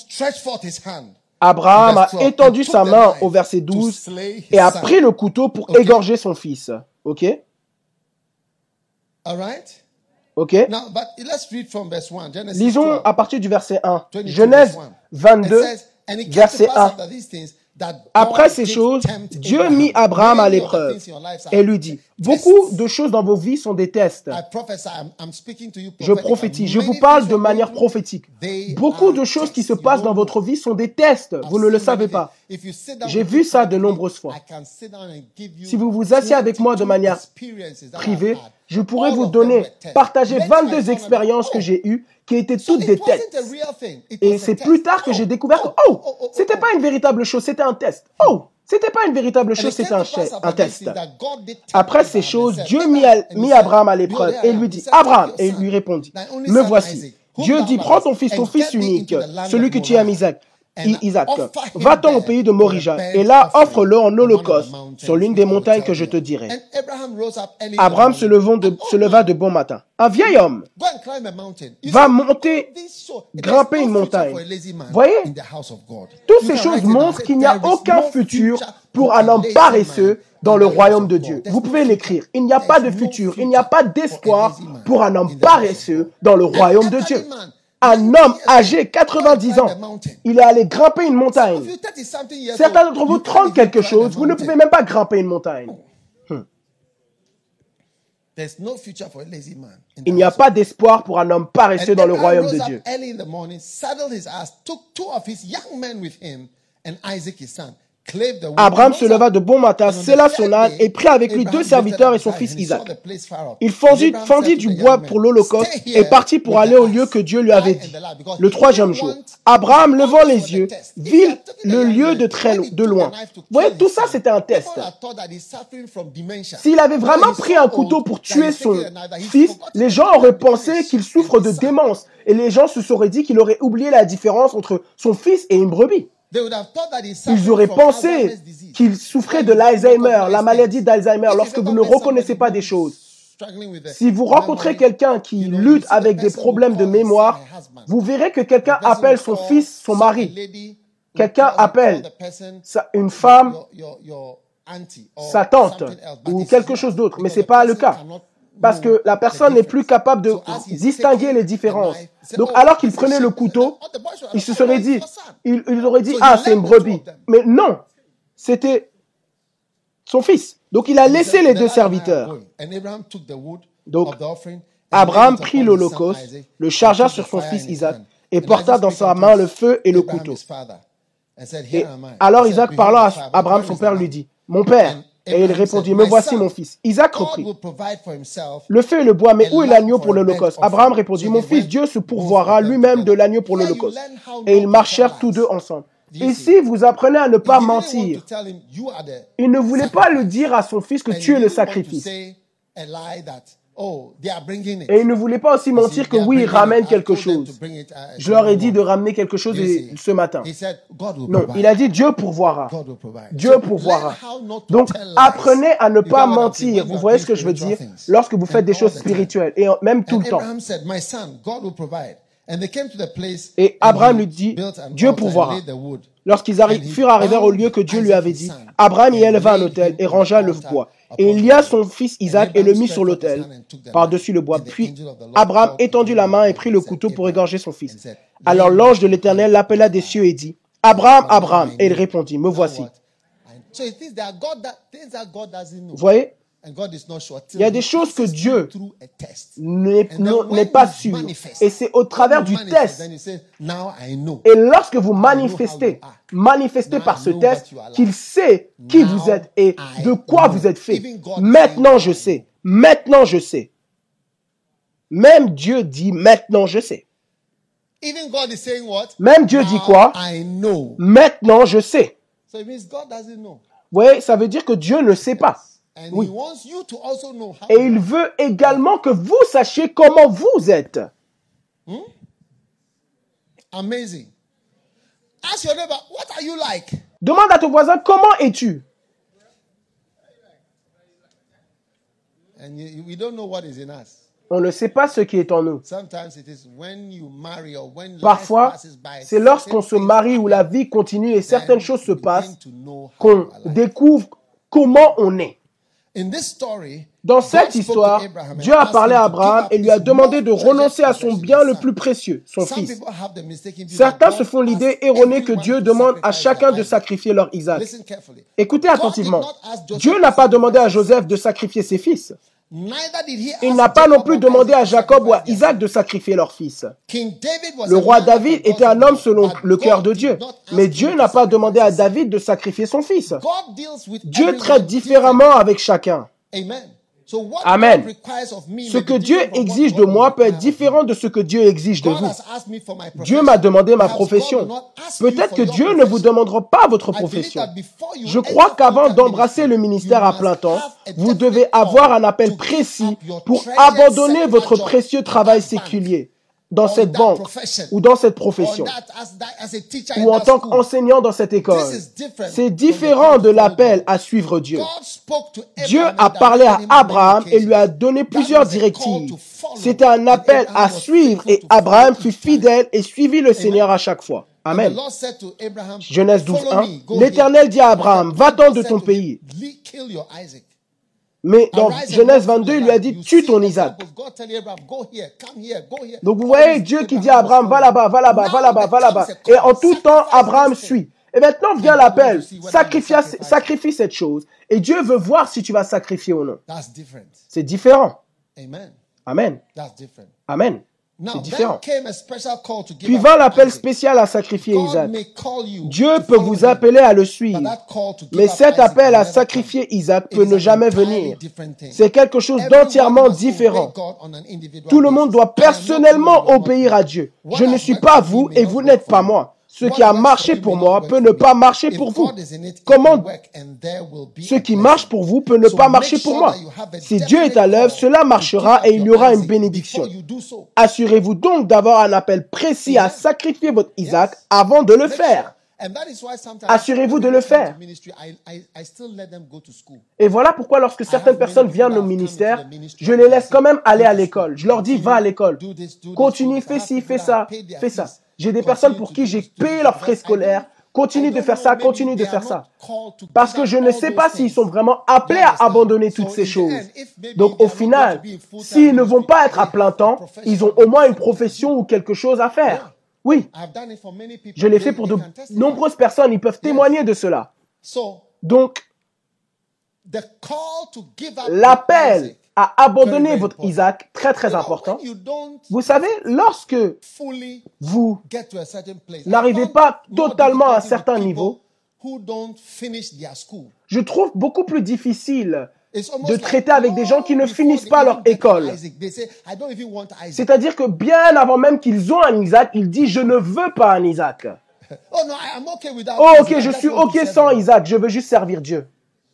Speaker 3: Abraham a étendu sa main au verset 12 et a pris le couteau pour égorger son fils. Ok? Ok? Lisons à partir du verset 1. Genèse 22, verset 1. Après ces choses, Dieu mit Abraham à l'épreuve et lui dit, beaucoup de choses dans vos vies sont des tests. Je prophétise, je vous parle de manière prophétique. Beaucoup de choses qui se passent dans votre vie sont des tests. Vous ne le savez pas. J'ai vu ça de nombreuses fois. Si vous vous asseyez avec moi de manière privée, je pourrais vous partager 22 expériences que j'ai eues qui étaient toutes des tests. Et c'est plus tard que j'ai découvert que, c'était pas une véritable chose, c'était un test. C'était pas une véritable chose, c'était un test. Après ces choses, Dieu mit Abraham à l'épreuve et lui dit, Abraham, et il lui répondit, me voici. Dieu dit, prends ton fils unique, celui que tu aimes, Isaac, va-t'en au pays de Morija, et là, offre-le en holocauste sur l'une des montagnes que je te dirai. Abraham se leva de bon matin. Un vieil homme va grimper une montagne. Voyez, toutes ces choses montrent qu'il n'y a aucun futur pour un homme paresseux dans le royaume de Dieu. Vous pouvez l'écrire. Il n'y a pas de futur, il n'y a pas d'espoir pour un homme paresseux dans le royaume de Dieu. Un homme âgé, 90 ans, il est allé grimper une montagne. Certains d'entre vous, 30 quelque chose, vous ne pouvez même pas grimper une montagne. Il n'y a pas d'espoir pour un homme paresseux dans le royaume de Dieu. Abraham se leva de bon matin, sella son âne et prit avec lui 2 serviteurs et son fils Isaac. Il fendit du bois pour l'holocauste et partit pour aller au lieu que Dieu lui avait dit. Le 3e jour, Abraham, levant les yeux, vit le lieu de loin. Vous voyez, tout ça, c'était un test. S'il avait vraiment pris un couteau pour tuer son fils, les gens auraient pensé qu'il souffre de démence et les gens se seraient dit qu'il aurait oublié la différence entre son fils et une brebis. Ils auraient pensé qu'il souffrait de l'Alzheimer, la maladie d'Alzheimer, lorsque vous ne reconnaissez pas des choses. Si vous rencontrez quelqu'un qui lutte avec des problèmes de mémoire, vous verrez que quelqu'un appelle son fils son mari. Quelqu'un appelle une femme sa tante ou quelque chose d'autre, mais ce n'est pas le cas. Parce que la personne n'est plus capable de distinguer les différences. Donc, alors qu'il prenait le couteau, il se serait dit, il aurait dit, ah, c'est une brebis. Mais non, c'était son fils. Donc, il a laissé les 2 serviteurs. Donc, Abraham prit l'holocauste, le chargea sur son fils Isaac et porta dans sa main le feu et le couteau. Et alors Isaac, parlant à Abraham, son père, lui dit, « Mon père !» Et il répondit, « Me voici mon fils. » Isaac reprit, « Le feu et le bois, mais où est l'agneau pour l'holocauste ?» Abraham répondit, « Mon fils, Dieu se pourvoira lui-même de l'agneau pour l'holocauste. » Et ils marchèrent tous 2 ensemble. Ici, vous apprenez à ne pas mentir. Il ne voulait pas lui dire à son fils que tu es le sacrifice. Et il ne voulait pas aussi mentir que oui, il ramène quelque chose. Je leur ai dit de ramener quelque chose ce matin. Non, il a dit Dieu pourvoira. Dieu pourvoira. Donc, apprenez à ne pas mentir. Vous voyez ce que je veux dire? Lorsque vous faites des choses spirituelles, et même tout le temps. Et Abraham lui dit, Dieu pourvoira. Lorsqu'ils furent arrivés au lieu que Dieu lui avait dit, Abraham y éleva un autel et rangea le bois. Et il lia son fils Isaac et le mit sur l'autel, par-dessus le bois. Puis Abraham étendit la main et prit le couteau pour égorger son fils. Alors l'ange de l'Éternel l'appela des cieux et dit, Abraham, Abraham. Et il répondit, me voici. Vous voyez? Il y a des choses que Dieu n'est pas sûr. Et c'est au travers du test. Et lorsque vous manifestez par ce test qu'il sait qui vous êtes et de quoi vous êtes fait. Maintenant je sais. Maintenant je sais. Même Dieu dit maintenant je sais. Même Dieu dit quoi? Maintenant je sais. Vous voyez, ça veut dire que Dieu ne sait pas. Oui. Et il veut également que vous sachiez comment vous êtes.
Speaker 4: Amazing. Ask your neighbor, what are you like?
Speaker 3: Demande à ton voisin, comment es-tu?
Speaker 4: And we don't know what is in us.
Speaker 3: On ne sait pas ce qui est en nous. Parfois, c'est lorsqu'on se marie ou la vie continue et certaines choses se passent qu'on découvre comment on est. Dans cette histoire, Dieu a parlé à Abraham et lui a demandé de renoncer à son bien le plus précieux, son fils. Certains se font l'idée erronée que Dieu demande à chacun de sacrifier leur Isaac. Écoutez attentivement. Dieu n'a pas demandé à Joseph de sacrifier ses fils. Il n'a pas non plus demandé à Jacob ou à Isaac de sacrifier leur fils. Le roi David était un homme selon le cœur de Dieu. Mais Dieu n'a pas demandé à David de sacrifier son fils. Dieu traite différemment avec chacun. Amen. Ce que Dieu exige de moi peut être différent de ce que Dieu exige de vous. Dieu m'a demandé ma profession. Peut-être que Dieu ne vous demandera pas votre profession. Je crois qu'avant d'embrasser le ministère à plein temps, vous devez avoir un appel précis pour abandonner votre précieux travail séculier dans cette banque ou dans cette profession ou en tant qu'enseignant dans cette école. C'est différent de l'appel à suivre Dieu. Dieu a parlé à Abraham et lui a donné plusieurs directives. C'était un appel à suivre et Abraham fut fidèle et suivit le Seigneur à chaque fois. Amen. Genèse 12:1. L'Éternel dit à Abraham, va-t'en de ton pays. Mais dans Genèse 22, il lui a dit, tue ton Isaac. Donc vous voyez Dieu qui dit à Abraham, va là-bas, va là-bas, va là-bas, va là-bas. Et en tout temps, Abraham suit. Et maintenant vient l'appel, sacrifie cette chose. Et Dieu veut voir si tu vas sacrifier ou non. C'est différent. Amen. Amen. C'est différent. Puis vint l'appel spécial à sacrifier Isaac. Dieu peut vous appeler à le suivre, mais cet appel à sacrifier Isaac peut ne jamais venir. C'est quelque chose d'entièrement différent. Tout le monde doit personnellement obéir à Dieu. Je ne suis pas vous et vous n'êtes pas moi. Ce qui a marché pour moi peut ne pas marcher pour vous. Comment ce qui marche pour vous peut ne pas marcher pour moi? Si Dieu est à l'œuvre, cela marchera et il y aura une bénédiction. Assurez-vous donc d'avoir un appel précis à sacrifier votre Isaac avant de le faire. Assurez-vous de le faire. Et voilà pourquoi lorsque certaines personnes viennent au ministère, je les laisse quand même aller à l'école. Je leur dis, va à l'école. Continue, fais ci, fais ça, fais ça. J'ai des personnes pour qui j'ai payé leurs frais scolaires. Continue de faire ça, continue de faire ça. Parce que je ne sais pas s'ils sont vraiment appelés à abandonner toutes ces choses. Donc au final, s'ils ne vont pas être à plein temps, ils ont au moins une profession ou quelque chose à faire. Oui, je l'ai fait pour de nombreuses personnes, ils peuvent témoigner de cela. Donc, l'appel à abandonner votre Isaac, très important. Vous savez, lorsque vous n'arrivez pas totalement à un certain niveau, je trouve beaucoup plus difficile de traiter avec des gens qui ne finissent pas leur école. C'est-à-dire que bien avant même qu'ils ont un Isaac, ils disent « je ne veux pas un Isaac ». Oh ok, je suis ok sans Isaac, je veux juste servir Dieu.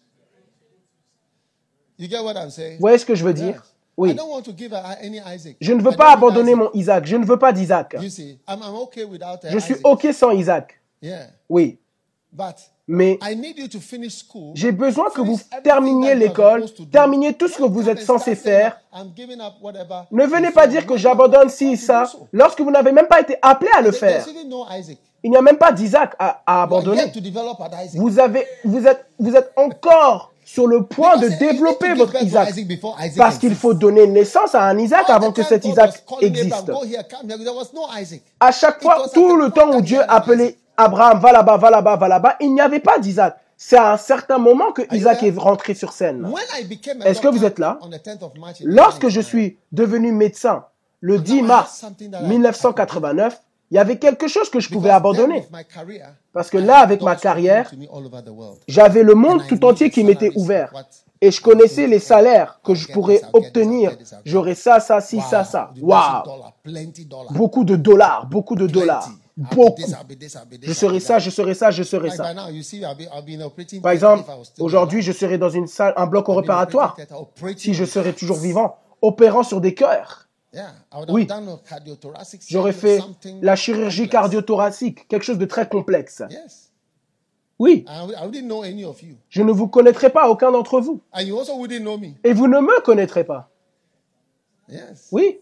Speaker 3: Vous voyez ce que je veux dire? Oui. Je ne veux pas abandonner mon Isaac. Je ne veux pas d'Isaac. Je suis ok sans Isaac. Oui. Mais j'ai besoin que vous terminiez l'école, terminiez tout ce que vous êtes censé faire. Ne venez pas dire que j'abandonne ci, ça, lorsque vous n'avez même pas été appelé à le faire. Il n'y a même pas d'Isaac à abandonner. Vous êtes encore sur le point de développer votre Isaac. Parce qu'il faut donner naissance à un Isaac avant que cet Isaac existe. À chaque fois, tout le temps où Dieu appelait Abraham, va là-bas, va là-bas, va là-bas, il n'y avait pas d'Isaac. C'est à un certain moment que Isaac est rentré sur scène. Est-ce que vous êtes là? Lorsque je suis devenu médecin, le 10 mars 1989, il y avait quelque chose que je pouvais abandonner. Parce que là, avec ma carrière, j'avais le monde tout entier qui m'était ouvert. Et je connaissais les salaires que je pourrais obtenir. J'aurais ça, ça, ci, ça, ça. Waouh! Beaucoup de dollars, beaucoup de dollars. Beaucoup. Je serai ça, je serai ça, je serai ça. Par exemple, aujourd'hui, je serai dans une salle, un bloc opératoire. Si je serais toujours vivant, opérant sur des cœurs. Oui, j'aurais fait la chirurgie cardio-thoracique, quelque chose de très complexe. Oui, je ne vous connaîtrai pas, aucun d'entre vous. Et vous ne me connaîtrez pas. Oui,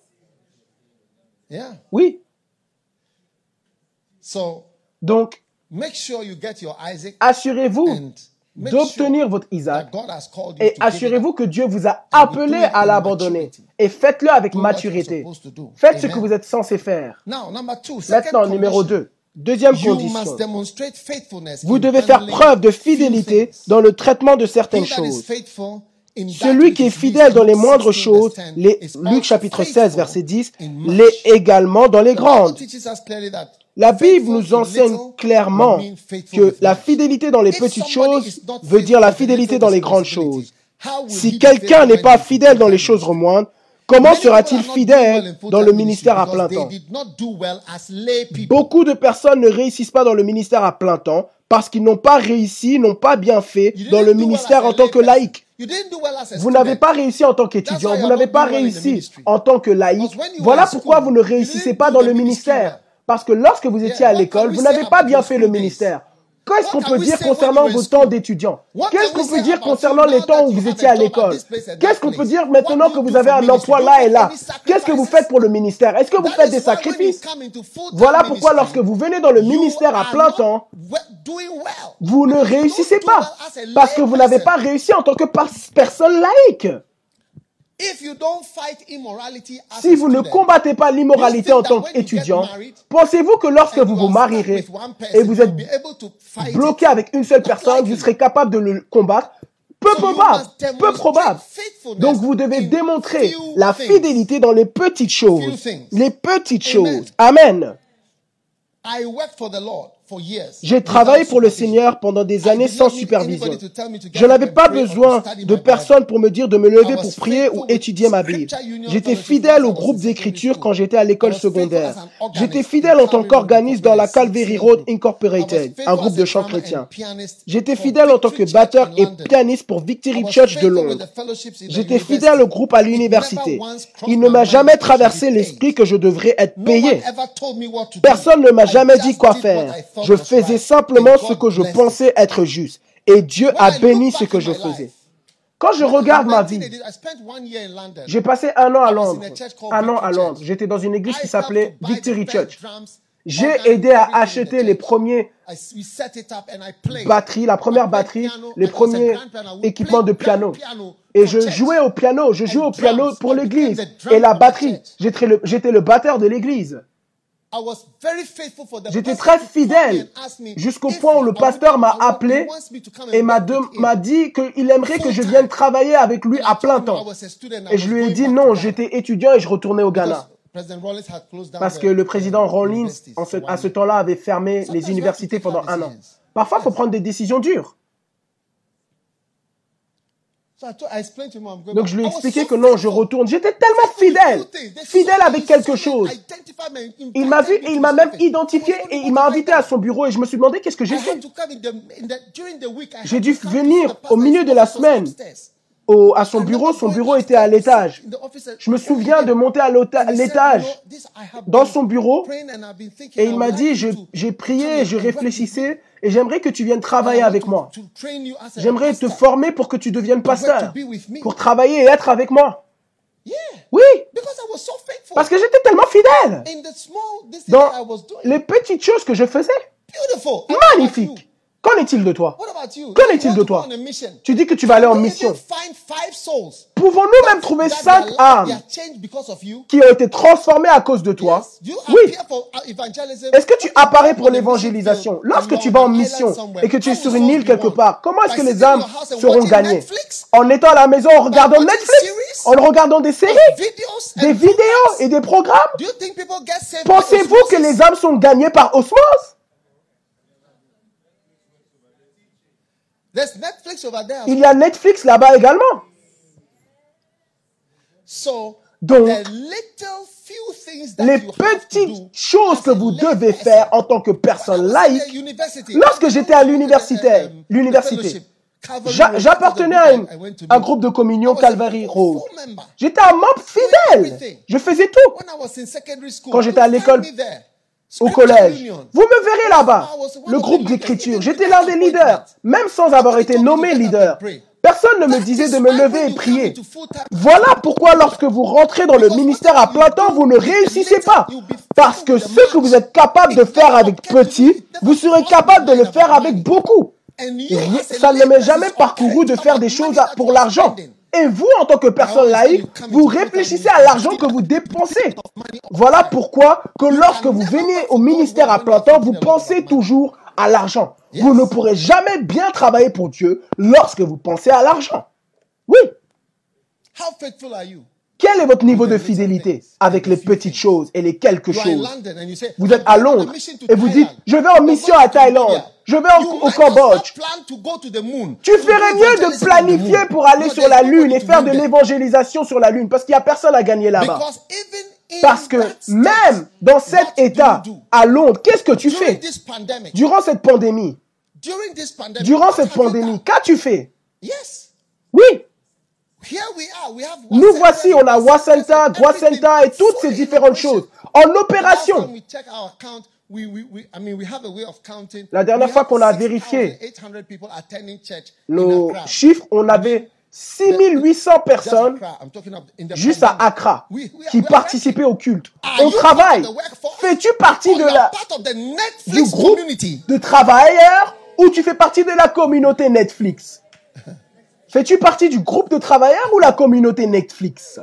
Speaker 3: oui. Donc, assurez-vous d'obtenir votre Isaac et assurez-vous que Dieu vous a appelé à l'abandonner et faites-le avec maturité. Faites ce que vous êtes censé faire. Maintenant, numéro 2. Deuxième condition. Vous devez faire preuve de fidélité dans le traitement de certaines choses. Celui qui est fidèle dans les moindres choses, Luc chapitre 16, verset 10, l'est également dans les grandes. La Bible nous enseigne clairement que la fidélité dans les petites choses veut dire la fidélité dans les grandes choses. Si quelqu'un n'est pas fidèle dans les choses moindres, comment sera-t-il fidèle dans le ministère à plein temps? Beaucoup de personnes ne réussissent pas dans le ministère à plein temps parce qu'ils n'ont pas réussi, n'ont pas bien fait dans le ministère en tant que laïc. Vous n'avez pas réussi en tant qu'étudiant, vous n'avez pas réussi en tant que laïc. Voilà pourquoi vous ne réussissez pas dans le ministère. Parce que lorsque vous étiez à l'école, vous n'avez pas bien fait le ministère. Qu'est-ce qu'on peut dire concernant vos temps d'étudiants? Qu'est-ce qu'on peut dire concernant les temps où vous étiez à l'école? Qu'est-ce qu'on peut dire maintenant que vous avez un emploi là et là? Qu'est-ce que vous faites pour le ministère? Est-ce que vous faites des sacrifices? Voilà pourquoi lorsque vous venez dans le ministère à plein temps, vous ne réussissez pas. Parce que vous n'avez pas réussi en tant que personne laïque. Si vous ne combattez pas l'immoralité en tant qu'étudiant, pensez-vous que lorsque vous vous marierez et vous êtes bloqué avec une seule personne, vous serez capable de le combattre? Peu probable. Donc vous devez démontrer la fidélité dans les petites choses. Les petites choses. Amen. J'ai travaillé pour le Seigneur pendant des années sans supervision. Je n'avais pas besoin de personne pour me dire de me lever pour prier ou étudier ma Bible. J'étais fidèle au groupe d'écriture quand j'étais à l'école secondaire. J'étais fidèle en tant qu'organiste dans la Calvary Road Incorporated, un groupe de chants chrétiens. J'étais fidèle en tant que batteur et pianiste pour Victory Church de Londres. J'étais fidèle au groupe à l'université. Il ne m'a jamais traversé l'esprit que je devrais être payé. Personne ne m'a jamais dit quoi faire. Je faisais simplement ce que je pensais être juste. Et Dieu a béni ce que je faisais. Quand je regarde ma vie, j'ai passé 1 an à Londres. J'étais dans une église qui s'appelait Victory Church. J'ai aidé à acheter les premiers batteries, la première batterie, les premiers équipements de piano. Et je jouais au piano pour l'église. Et la batterie, j'étais le batteur de l'église. J'étais très fidèle jusqu'au point où le pasteur m'a appelé et m'a dit qu'il aimerait que je vienne travailler avec lui à plein temps. Et je lui ai dit non, j'étais étudiant et je retournais au Ghana. Parce que le président Rawlings, à ce temps-là, avait fermé les universités pendant 1 an. Parfois, il faut prendre des décisions dures. Donc je lui ai expliqué que non, je retourne. J'étais tellement fidèle avec quelque chose. Il m'a vu et il m'a même identifié et il m'a invité à son bureau et je me suis demandé qu'est-ce que j'ai fait. J'ai dû venir au milieu de la semaine à son bureau était à l'étage. Je me souviens de monter à l'étage dans son bureau et il m'a dit, j'ai prié, je réfléchissais et j'aimerais que tu viennes travailler avec moi. J'aimerais te former pour que tu deviennes pasteur, pour travailler et être avec moi. Oui, parce que j'étais tellement fidèle dans les petites choses que je faisais. Magnifique. Qu'en est-il de toi? Qu'en est-il de toi? Tu dis que tu vas aller en mission. Pouvons-nous même trouver 5 âmes qui ont été transformées à cause de toi? Oui. Est-ce que tu apparais pour l'évangélisation? Lorsque tu vas en mission et que tu es sur une île quelque part, comment est-ce que les âmes seront gagnées? En étant à la maison, en regardant Netflix, en regardant des séries, des vidéos et des programmes? Pensez-vous que les âmes sont gagnées par osmose? Il y a Netflix là-bas également. Donc, les petites choses que vous devez faire en tant que personne laïque. Lorsque j'étais à l'université, j'appartenais à un groupe de communion Calvary Road. J'étais un membre fidèle. Je faisais tout. Quand j'étais à l'école, au collège. Vous me verrez là-bas. Le groupe d'écriture. J'étais l'un des leaders. Même sans avoir été nommé leader. Personne ne me disait de me lever et prier. Voilà pourquoi lorsque vous rentrez dans le ministère à plein temps, vous ne réussissez pas. Parce que ce que vous êtes capable de faire avec petit, vous serez capable de le faire avec beaucoup. Ça ne m'est jamais parcouru de faire des choses pour l'argent. Et vous, en tant que personne laïque, vous réfléchissez à l'argent que vous dépensez. Voilà pourquoi que lorsque vous venez au ministère à plein temps, vous pensez toujours à l'argent. Vous ne pourrez jamais bien travailler pour Dieu lorsque vous pensez à l'argent. Oui. Quel est votre niveau de fidélité avec les petites choses et les quelques choses? Vous êtes à Londres et vous dites, je vais en mission à Thaïlande, je vais au Cambodge. Tu ferais mieux de planifier pour aller sur la Lune et faire de l'évangélisation sur la Lune parce qu'il n'y a personne à gagner là-bas. Parce que même dans cet état, à Londres, qu'est-ce que tu fais durant cette pandémie? Durant cette pandémie, qu'as-tu fait? Oui. Nous voici, on a Wasenta, Gwasenta et toutes ces différentes choses en opération. La dernière fois qu'on a vérifié nos chiffres, on avait 6800 personnes juste à Accra qui participaient au culte. On travaille. Fais-tu partie du groupe de travailleurs ou tu fais partie de la communauté Netflix? Fais-tu partie du groupe de travailleurs ou la communauté Netflix?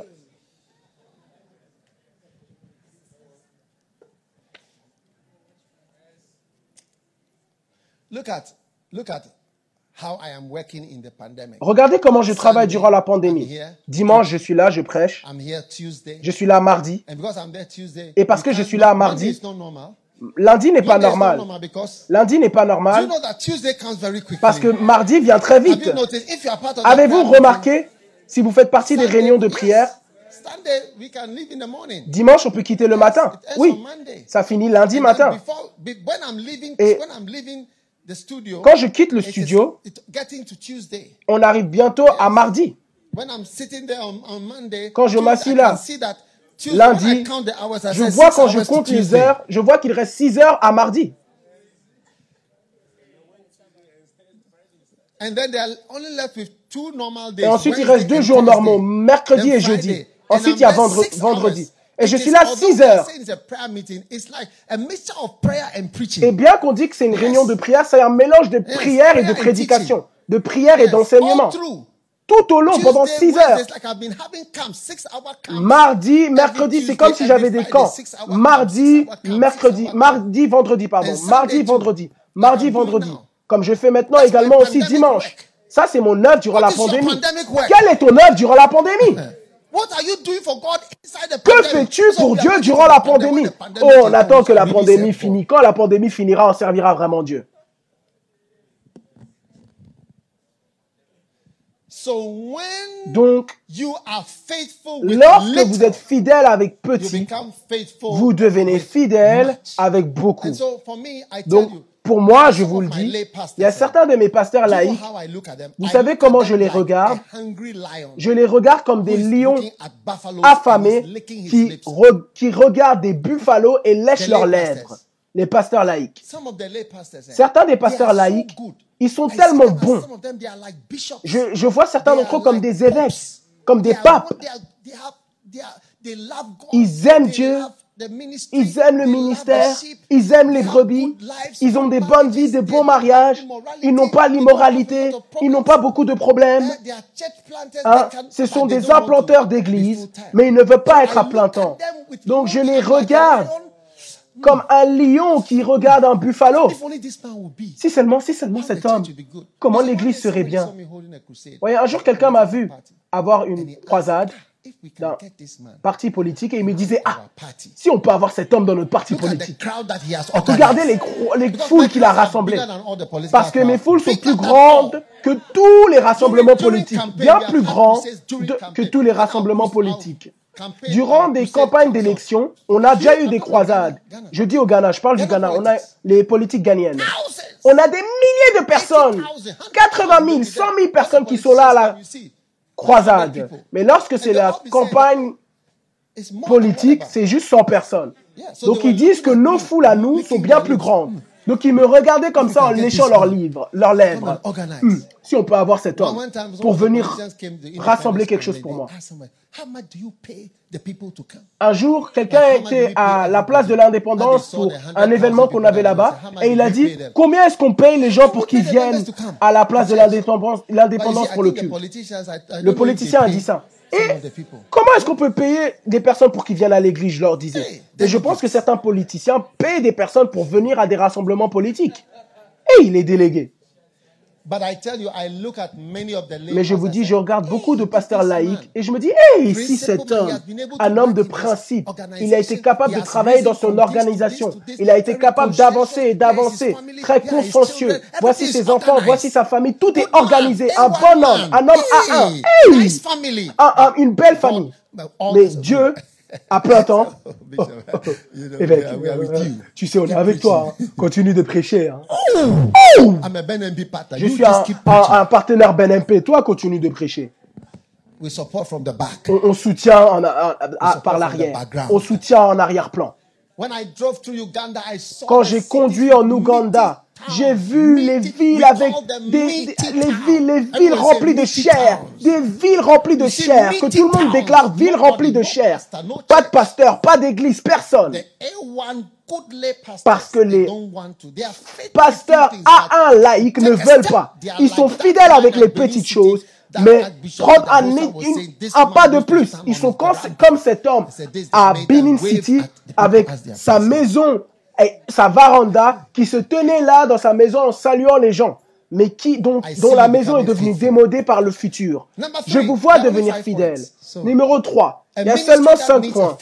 Speaker 3: Regardez comment je travaille durant la pandémie. Dimanche, je suis là, je prêche. Je suis là mardi. Et parce que je suis là mardi, lundi n'est pas normal. Lundi n'est pas normal parce que mardi vient très vite. Avez-vous remarqué, si vous faites partie des réunions de prière, dimanche, on peut quitter le matin. Oui, ça finit lundi matin. Et quand je quitte le studio, on arrive bientôt à mardi. Quand je m'assis là, lundi, je vois quand je compte les heures, je vois qu'il reste 6 heures à mardi. Et ensuite, il reste 2 jours normaux, mercredi et jeudi. Ensuite, il y a vendredi. Et je suis là 6 heures. Et bien qu'on dit que c'est une réunion de prière, c'est un mélange de prière et de prédication, de prière et d'enseignement. Tout au long, pendant 6 heures. Mardi, mercredi, c'est comme si j'avais des camps. Mardi, vendredi. Mardi, vendredi. Comme je fais maintenant également aussi dimanche. Ça, c'est mon œuvre durant la pandémie. Quelle est ton œuvre durant la pandémie? Que fais-tu pour Dieu durant la pandémie? Oh, on attend que la pandémie finisse. Quand la pandémie finira, on servira vraiment Dieu. Donc, lorsque vous êtes fidèle avec petit, vous devenez fidèle avec beaucoup. Donc, pour moi, je vous le dis, il y a certains de mes pasteurs laïcs, vous savez comment je les regarde? Je les regarde comme des lions affamés qui regardent des buffalo et lèchent leurs lèvres. Les pasteurs laïcs. Certains des pasteurs laïcs, ils sont tellement bons. Je vois certains d'entre eux comme des évêques, comme des papes. Ils aiment Dieu. Ils aiment le ministère, ils aiment les brebis, ils ont des bonnes vies, des bons mariages, ils n'ont pas l'immoralité, ils n'ont pas beaucoup de problèmes. Hein? Ce sont des implanteurs d'église, mais ils ne veulent pas être à plein temps. Donc je les regarde comme un lion qui regarde un buffalo. Si seulement cet homme, comment l'église serait bien. Voyez, un jour quelqu'un m'a vu avoir une croisade d'un parti politique et il me disait, si on peut avoir cet homme dans notre parti politique. Regardez les foules qu'il a rassemblées. Parce que mes foules sont plus grandes que tous les rassemblements politiques. Bien plus grands que tous les rassemblements politiques. Durant des campagnes d'élection, on a déjà eu des croisades. Je dis au Ghana, je parle du Ghana, on a les politiques ghanéennes. On a des milliers de personnes, 80 000, 100 000 personnes qui sont là à la croisade. Mais lorsque c'est la campagne politique, c'est juste 100 personnes. Donc ils disent que nos foules à nous sont bien plus grandes. Donc ils me regardaient comme ça en léchant leurs lèvres. Si on peut avoir cet homme pour venir rassembler quelque chose pour moi. Un jour, quelqu'un était à la place de l'Indépendance pour un événement qu'on avait là-bas et il a dit, combien est-ce qu'on paye les gens pour qu'ils viennent à la place de l'Indépendance pour le culte? Le politicien a dit ça. Et comment est-ce qu'on peut payer des personnes pour qu'ils viennent à l'église, je leur disais. Et je pense que certains politiciens payent des personnes pour venir à des rassemblements politiques. Et il est délégué. Mais je vous dis, je regarde beaucoup de pasteurs laïcs et je me dis, hey, ici cet homme, un homme de principe, il a été capable de travailler dans son organisation, il a été capable d'avancer et d'avancer, très consciencieux. Voici ses enfants, voici sa famille, tout est organisé, un bon homme, un homme à un, hey, une belle famille. Mais Dieu, à plein temps, évêque, tu sais, on est avec toi, hein. Continue de prêcher. Hein. Je suis un partenaire BNMP, toi continue de prêcher. On soutient par l'arrière, on soutient en arrière-plan. Quand j'ai conduit en Ouganda, j'ai vu les villes avec les villes remplies de chair, des villes remplies de chair, que tout le monde déclare villes remplies de chair. Pas de pasteur, pas d'église, personne. Parce que les pasteurs A1 laïcs ne veulent pas. Ils sont fidèles avec les petites choses, mais prendre un pas de plus. Ils sont comme cet homme à Benin City avec sa maison et sa véranda qui se tenait là dans sa maison en saluant les gens, mais dont la maison est devenue démodée par le futur. Je vous vois devenir fidèle. Numéro 3, il y a seulement 5 points.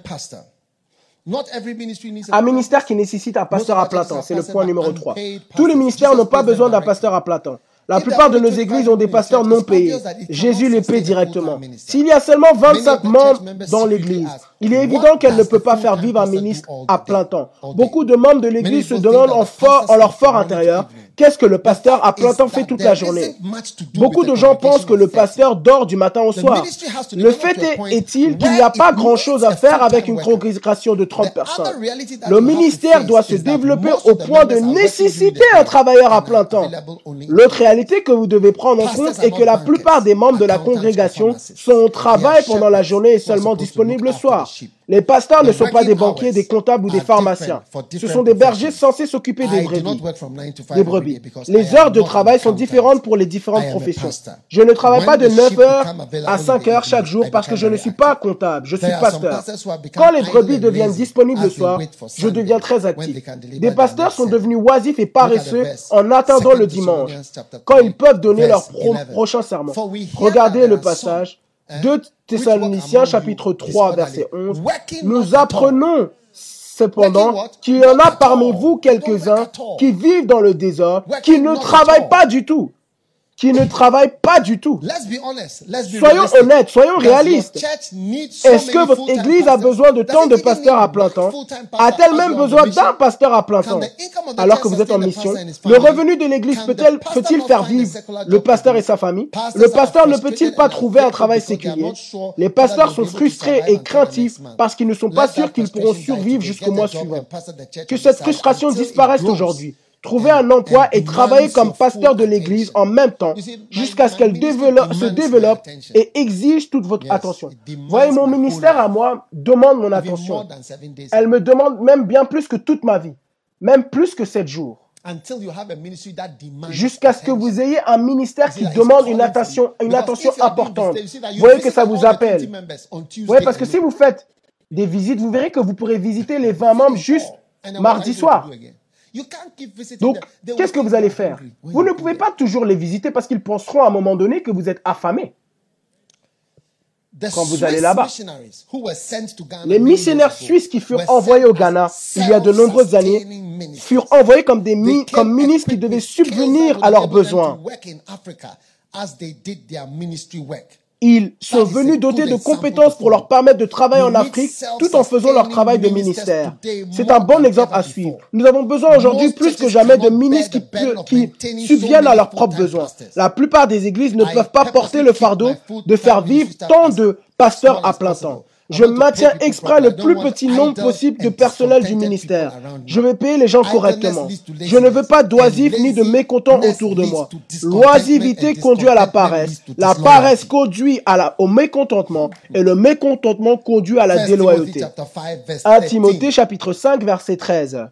Speaker 3: Un ministère qui nécessite un pasteur à plein temps, c'est le point numéro 3. Tous les ministères n'ont pas besoin d'un pasteur à plein temps. La plupart de nos églises ont des pasteurs non payés. Jésus les paie directement. S'il y a seulement 25 membres dans l'église, il est évident qu'elle ne peut pas faire vivre un ministre à plein temps. Beaucoup de membres de l'église se demandent en leur fort intérieur, qu'est-ce que le pasteur à plein temps fait toute la journée? Beaucoup de gens pensent que le pasteur dort du matin au soir. Le fait est-il qu'il n'y a pas grand-chose à faire avec une congrégation de 30 personnes. Le ministère doit se développer au point de nécessiter un travailleur à plein temps. L'autre réalité que vous devez prendre en compte est que la plupart des membres de la congrégation sont au travail pendant la journée et seulement disponibles le soir. Les pasteurs ne sont pas des banquiers, des comptables ou des pharmaciens. Ce sont des bergers censés s'occuper des brebis. Les heures de travail sont différentes pour les différentes professions. Je ne travaille pas de 9h à 5h chaque jour parce que je ne suis pas comptable, je suis pasteur. Quand les brebis deviennent disponibles le soir, je deviens très actif. Des pasteurs sont devenus oisifs et paresseux en attendant le dimanche, quand ils peuvent donner leur prochain sermon. Regardez le passage. 2 Thessaloniciens chapitre 3 verset 11, nous apprenons cependant qu'il y en a parmi vous quelques-uns qui vivent dans le désordre, qui ne travaillent pas du tout. Soyons honnêtes, soyons réalistes. Est-ce que votre église a besoin de tant de pasteurs à plein temps? A-t-elle même besoin d'un pasteur à plein temps? Alors que vous êtes en mission, le revenu de l'église peut-il faire vivre le pasteur et sa famille? Le pasteur ne peut-il pas trouver un travail séculier? Les pasteurs sont frustrés et craintifs parce qu'ils ne sont pas sûrs qu'ils pourront survivre jusqu'au mois suivant. Que cette frustration disparaisse aujourd'hui. Trouvez un emploi et travaillez comme pasteur de l'église en même temps jusqu'à ce qu'elle se développe et exige toute votre attention. Voyez, mon ministère à moi demande mon attention. Elle me demande même bien plus que toute ma vie, même plus que 7 jours. Jusqu'à ce que vous ayez un ministère qui demande une attention importante. Vous voyez que ça vous appelle. Vous voyez, parce que si vous faites des visites, vous verrez que vous pourrez visiter les 20 membres juste mardi soir. Donc, qu'est-ce que vous allez faire? Vous ne pouvez pas toujours les visiter parce qu'ils penseront à un moment donné que vous êtes affamé quand vous allez là-bas. Les missionnaires suisses qui furent envoyés au Ghana il y a de nombreuses années furent envoyés comme ministres qui devaient subvenir à leurs besoins. Ils sont venus dotés de compétences pour leur permettre de travailler en Afrique tout en faisant leur travail de ministère. C'est un bon exemple à suivre. Nous avons besoin aujourd'hui plus que jamais de ministres qui subviennent à leurs propres besoins. La plupart des églises ne peuvent pas porter le fardeau de faire vivre tant de pasteurs à plein temps. Je maintiens exprès le plus petit nombre possible de personnel du ministère. Je vais payer les gens correctement. Je ne veux pas d'oisifs ni de mécontents autour de moi. L'oisivité conduit à la paresse. La paresse conduit au mécontentement. Et le mécontentement conduit à la déloyauté. 1 Timothée chapitre 5 verset 13.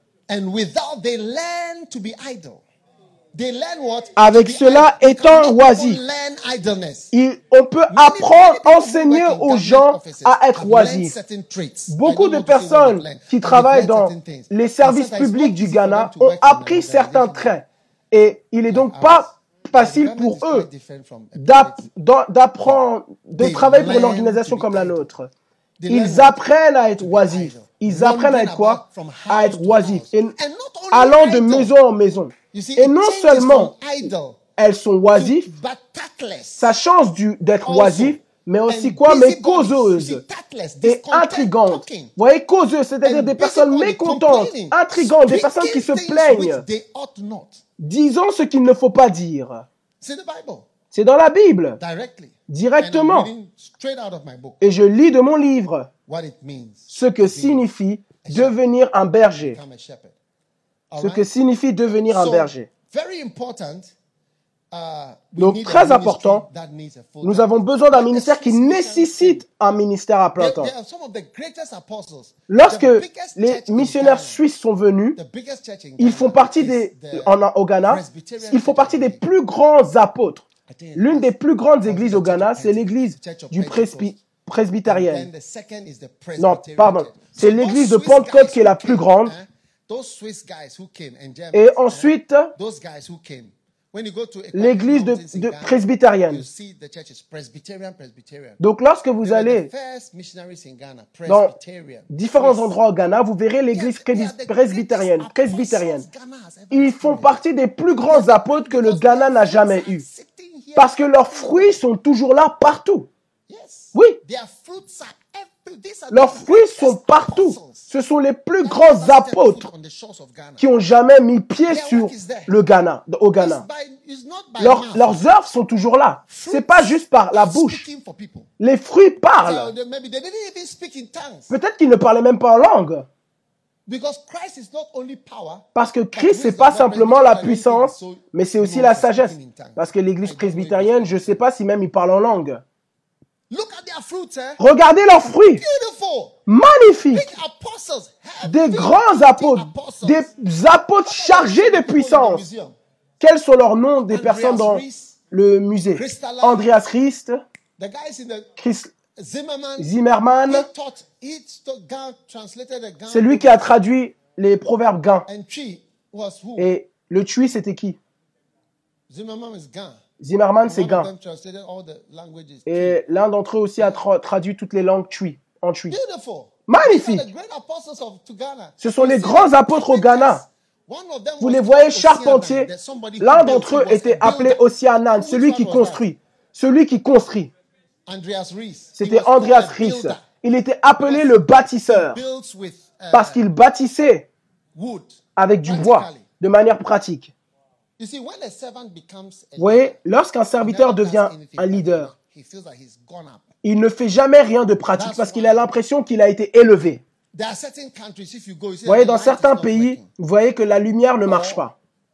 Speaker 3: Avec cela étant oisif, on peut apprendre, enseigner aux gens à être oisifs. Beaucoup de personnes qui travaillent dans les services publics du Ghana ont appris certains traits. Et il n'est donc pas facile pour eux d'apprendre, de travailler pour une organisation comme la nôtre. Ils apprennent à être oisifs. Ils apprennent à être quoi? À être oisifs. Et allant de maison en maison. Et non seulement elles sont oisives, ça change d'être oisif, mais aussi quoi? Mais causeuses et intrigantes. Vous voyez, causeuses, c'est-à-dire des personnes mécontentes, intrigantes, des personnes qui se plaignent, disant ce qu'il ne faut pas dire. C'est dans la Bible, directement. Et je lis de mon livre ce que signifie devenir un berger. Ce que signifie devenir un berger. Donc, très important, nous avons besoin d'un ministère qui nécessite un ministère à plein temps. Lorsque les missionnaires suisses sont venus, ils font partie au Ghana, ils font partie des plus grands apôtres. L'une des plus grandes églises au Ghana, c'est l'église du presbytérienne. Non, pardon. C'est l'église de Pentecôte qui est la plus grande. Et ensuite, l'église de presbytérienne. Donc, lorsque vous allez dans différents endroits au Ghana, vous verrez l'église presbytérienne. Ils font partie des plus grands apôtres que le Ghana n'a jamais eu. Parce que leurs fruits sont toujours là partout. Oui. Leurs fruits sont partout. Ce sont les plus grands apôtres qui ont jamais mis pied sur au Ghana. Leurs œuvres sont toujours là. C'est pas juste par la bouche. Les fruits parlent. Peut-être qu'ils ne parlaient même pas en langue. Parce que Christ, c'est pas simplement la puissance, mais c'est aussi la sagesse. Parce que l'église presbytérienne, je ne sais pas si même ils parlent en langue. Regardez leurs fruits. Magnifiques. Des grands apôtres. Des apôtres chargés de puissance. Quels sont leurs noms des personnes dans le musée? Andreas Christ. Zimmerman. C'est lui qui a traduit les proverbes gains. Et le Tui, c'était qui? Zimmerman, c'est gain. Et l'un d'entre eux aussi a traduit toutes les langues Tui, en Tui. Magnifique! Ce sont les grands apôtres au Ghana. Vous les voyez charpentiers. L'un d'entre eux était appelé Ossianan, celui qui construit. Celui qui construit. C'était Andreas Ries. Il était appelé le bâtisseur parce qu'il bâtissait avec du bois de manière pratique. Vous voyez, lorsqu'un serviteur devient un leader, il ne fait jamais rien de pratique parce qu'il a l'impression qu'il a été élevé. Vous voyez, dans certains pays, vous voyez que la lumière ne marche pas.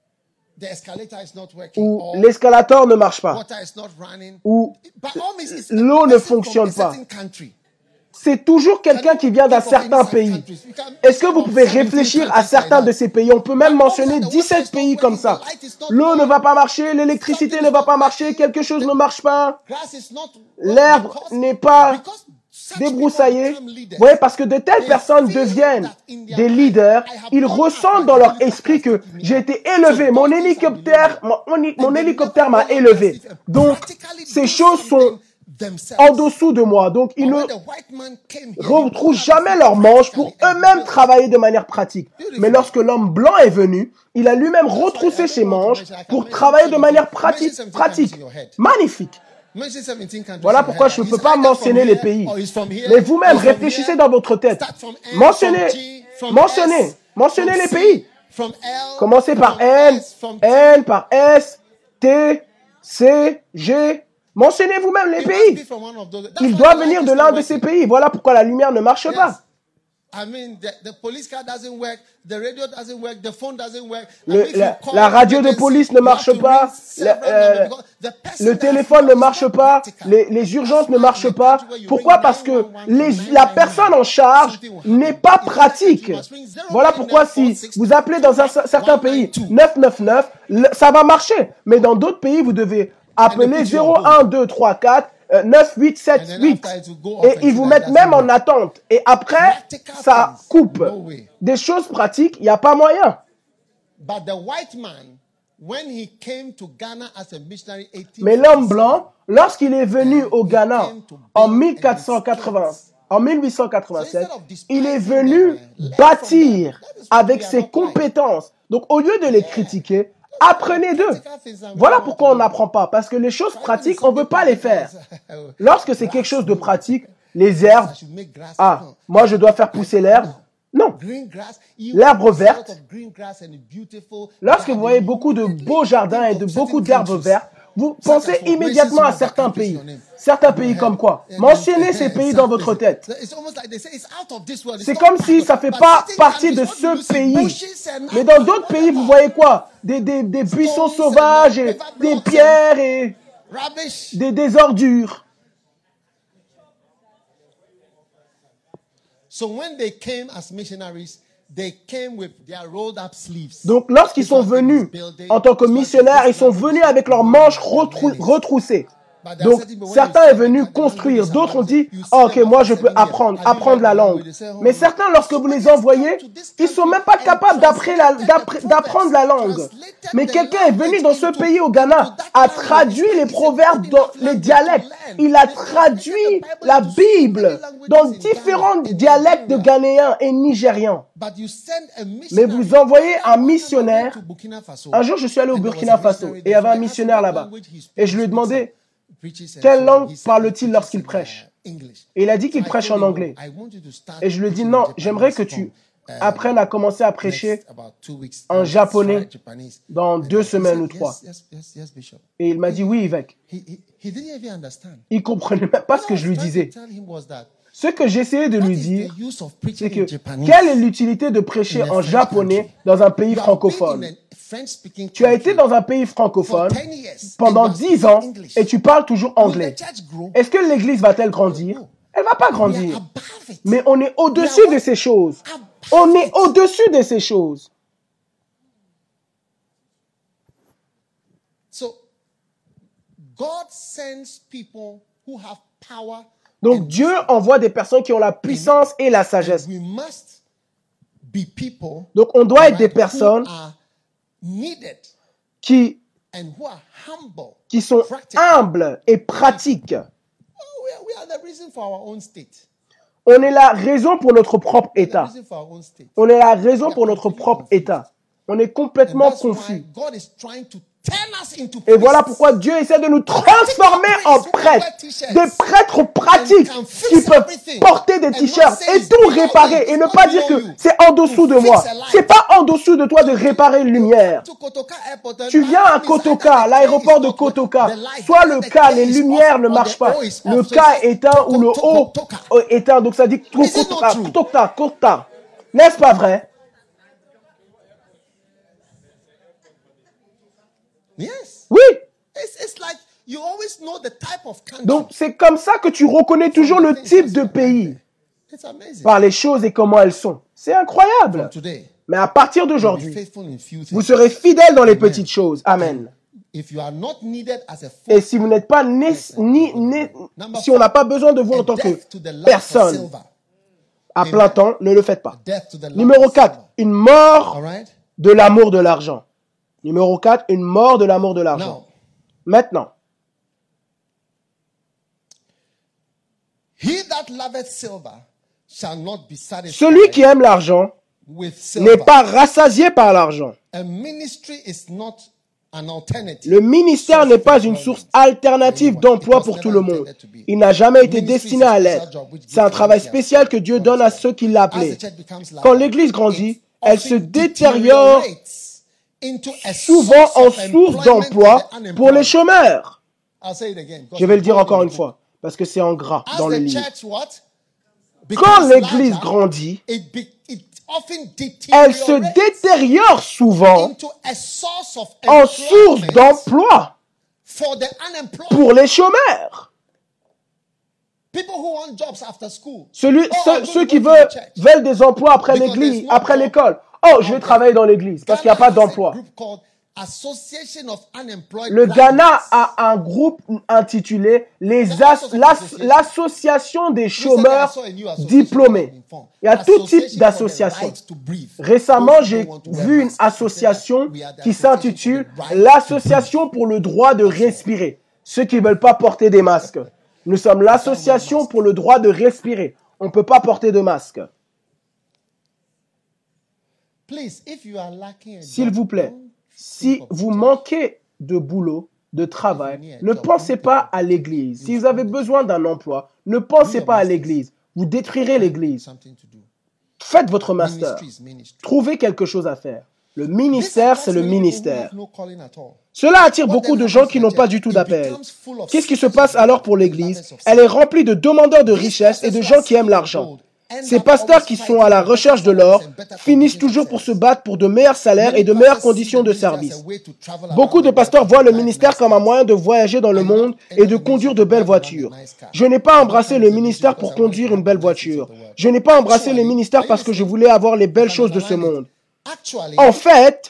Speaker 3: Ou l'escalator ne marche pas. Ou l'eau ne fonctionne pas. C'est toujours quelqu'un qui vient d'un certain pays. Est-ce que vous pouvez réfléchir à certains de ces pays? On peut même mentionner 17 pays comme ça. L'eau ne va pas marcher, l'électricité ne va pas marcher, quelque chose ne marche pas. L'herbe n'est pas débroussaillé. Vous voyez, parce que de telles personnes deviennent des leaders, ils ressentent dans leur esprit que j'ai été élevé, mon hélicoptère m'a élevé. Donc, ces choses sont en dessous de moi. Donc, ils ne retrouvent jamais leurs manches pour eux-mêmes travailler de manière pratique. Mais lorsque l'homme blanc est venu, il a lui-même retroussé ses manches pour travailler de manière pratique. Magnifique. Voilà pourquoi je ne peux pas mentionner les pays. Mais vous-même, réfléchissez dans votre tête. Mentionnez les pays. Commencez par N, par S, T, C, G. Mentionnez vous-même les pays. Il doit venir de l'un de ces pays. Voilà pourquoi la lumière ne marche pas. La radio de police ne marche pas, le téléphone ne marche pas, les urgences ne marchent pas. Pourquoi? Parce que la personne en charge n'est pas pratique. Voilà pourquoi si vous appelez dans un certain pays 999, ça va marcher. Mais dans d'autres pays, vous devez appeler 0, 1, 2, 3, 4, 9, 8, 7, 8. Et ils vous mettent même en attente. Et après, ça coupe. Des choses pratiques, il n'y a pas moyen. Mais l'homme blanc, lorsqu'il est venu au Ghana en 1887, il est venu bâtir avec ses compétences. Donc, au lieu de les critiquer, apprenez d'eux. Voilà pourquoi on n'apprend pas. Parce que les choses pratiques, on ne veut pas les faire. Lorsque c'est quelque chose de pratique, les herbes, moi je dois faire pousser l'herbe. Non. L'herbe verte, lorsque vous voyez beaucoup de beaux jardins et de beaucoup d'herbes vertes, vous pensez immédiatement à certains pays. Certains pays comme quoi? Mentionnez ces pays dans votre tête. C'est comme si ça ne fait pas partie de ce pays. Mais dans d'autres pays, vous voyez quoi? Des buissons sauvages, et des pierres et des ordures. Donc, lorsqu'ils sont venus en tant que missionnaires, ils sont venus avec leurs manches retroussées. Donc, certains sont venus construire. D'autres ont dit, ok, moi je peux apprendre la langue. Mais certains, lorsque vous les envoyez, ils ne sont même pas capables d'apprendre la langue. Mais quelqu'un est venu dans ce pays au Ghana, a traduit les proverbes dans les dialectes. Il a traduit la Bible dans différents dialectes de Ghanéens et Nigérians. Mais vous envoyez un missionnaire. Un jour, je suis allé au Burkina Faso et il y avait un missionnaire là-bas. Et je lui ai demandé, quelle langue parle-t-il lorsqu'il prêche? Et il a dit qu'il prêche en anglais. Et je lui ai dit, non, j'aimerais que tu apprennes à commencer à prêcher en japonais dans 2 semaines ou 3. Et il m'a dit, oui, évêque. Il ne comprenait même pas ce que je lui disais. Ce que j'essayais de lui dire, c'est que quelle est l'utilité de prêcher en japonais dans un pays francophone? Tu as été dans un pays francophone pendant 10 ans et tu parles toujours anglais. Est-ce que l'église va-t-elle grandir? Elle ne va pas grandir. Mais on est au-dessus de ces choses. On est au-dessus de ces choses. Donc Dieu envoie des personnes qui ont la puissance et la sagesse. Donc on doit être des personnes qui sont humbles et pratiques. On est la raison pour notre propre état. On est la raison pour notre propre état. On est complètement confus. Et voilà pourquoi Dieu essaie de nous transformer en prêtres. Des prêtres pratiques qui peuvent porter des t-shirts et tout réparer. Et ne pas dire que c'est en dessous de moi. C'est pas en dessous de toi de réparer une lumière. Tu viens à Kotoka, à l'aéroport de Kotoka. Soit le cas, les lumières ne marchent pas. Le cas est éteint ou le haut est éteint. Donc ça dit Kotoka. N'est-ce pas vrai? Oui. Donc c'est comme ça que tu reconnais toujours le type de pays par les choses et comment elles sont. C'est incroyable. Mais à partir d'aujourd'hui, vous serez fidèles dans les petites choses. Amen. Et si vous n'êtes pas si on n'a pas besoin de vous en tant que personne à plein temps, ne le faites pas. Numéro 4, une mort de l'amour de l'argent. Numéro 4, une mort de l'amour de l'argent. Maintenant, celui qui aime l'argent n'est pas rassasié par l'argent. Le ministère n'est pas une source alternative d'emploi pour tout le monde. Il n'a jamais été destiné à l'être. C'est un travail spécial que Dieu donne à ceux qui l'appelaient. Quand l'Église grandit, elle se détériore souvent en source d'emploi pour les chômeurs. Je vais le dire encore une fois, parce que c'est en gras dans le livre. Quand l'Église grandit, elle se détériore souvent en source d'emploi pour les chômeurs. Ceux qui veulent des emplois après l'église, après l'école. Oh, je vais travailler dans l'église parce qu'il n'y a pas d'emploi. Le Ghana a un groupe intitulé l'Association des chômeurs diplômés. Il y a tout type d'associations. Récemment, j'ai vu une association qui s'intitule l'Association pour le droit de respirer. Ceux qui ne veulent pas porter des masques. Nous sommes l'association pour le droit de respirer. On ne peut pas porter de masque. S'il vous plaît, si vous manquez de boulot, de travail, ne pensez pas à l'église. Si vous avez besoin d'un emploi, ne pensez pas à l'église. Vous détruirez l'église. Faites votre master. Trouvez quelque chose à faire. Le ministère, c'est le ministère. Cela attire beaucoup de gens qui n'ont pas du tout d'appel. Qu'est-ce qui se passe alors pour l'église? Elle est remplie de demandeurs de richesse et de gens qui aiment l'argent. Ces pasteurs qui sont à la recherche de l'or finissent toujours pour se battre pour de meilleurs salaires et de meilleures conditions de service. Beaucoup de pasteurs voient le ministère comme un moyen de voyager dans le monde et de conduire de belles voitures. Je n'ai pas embrassé le ministère pour conduire une belle voiture. Je n'ai pas embrassé le ministère parce que je voulais avoir les belles choses de ce monde. En fait,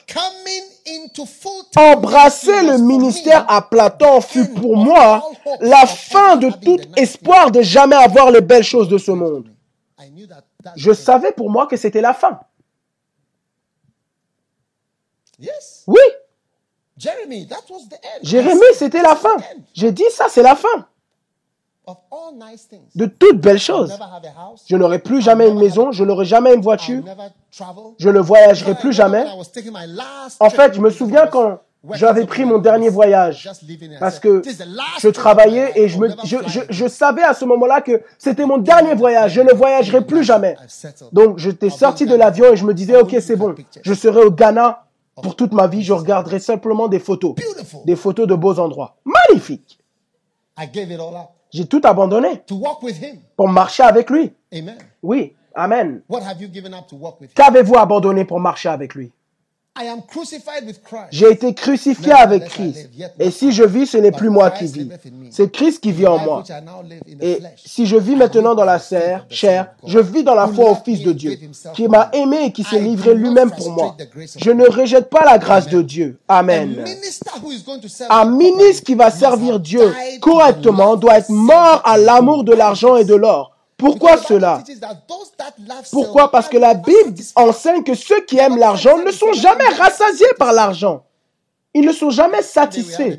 Speaker 3: embrasser le ministère à plein temps fut pour moi la fin de tout espoir de jamais avoir les belles choses de ce monde. Je savais pour moi que c'était la fin. Oui. Jérémie, c'était la fin. J'ai dit ça, c'est la fin. De toutes belles choses. Je n'aurai plus jamais une maison, je n'aurai jamais une voiture, je ne voyagerai plus jamais. En fait, je me souviens quand j'avais pris mon dernier voyage, parce que je travaillais et je savais à ce moment-là que c'était mon dernier voyage, je ne voyagerai plus jamais. Donc, j'étais sorti de l'avion et je me disais, ok, c'est bon, je serai au Ghana pour toute ma vie, je regarderai simplement des photos de beaux endroits. Magnifique! J'ai tout abandonné pour marcher avec lui. Oui, amen. Qu'avez-vous abandonné pour marcher avec lui? J'ai été crucifié avec Christ. Et si je vis, ce n'est plus moi qui vis. C'est Christ qui vit en moi. Et si je vis maintenant dans la chair, je vis dans la foi au Fils de Dieu, qui m'a aimé et qui s'est livré lui-même pour moi. Je ne rejette pas la grâce de Dieu. Amen. Un ministre qui va servir Dieu correctement doit être mort à l'amour de l'argent et de l'or. Pourquoi cela? Pourquoi? Parce que la Bible enseigne que ceux qui aiment l'argent ne sont jamais rassasiés par l'argent. Ils ne sont jamais satisfaits.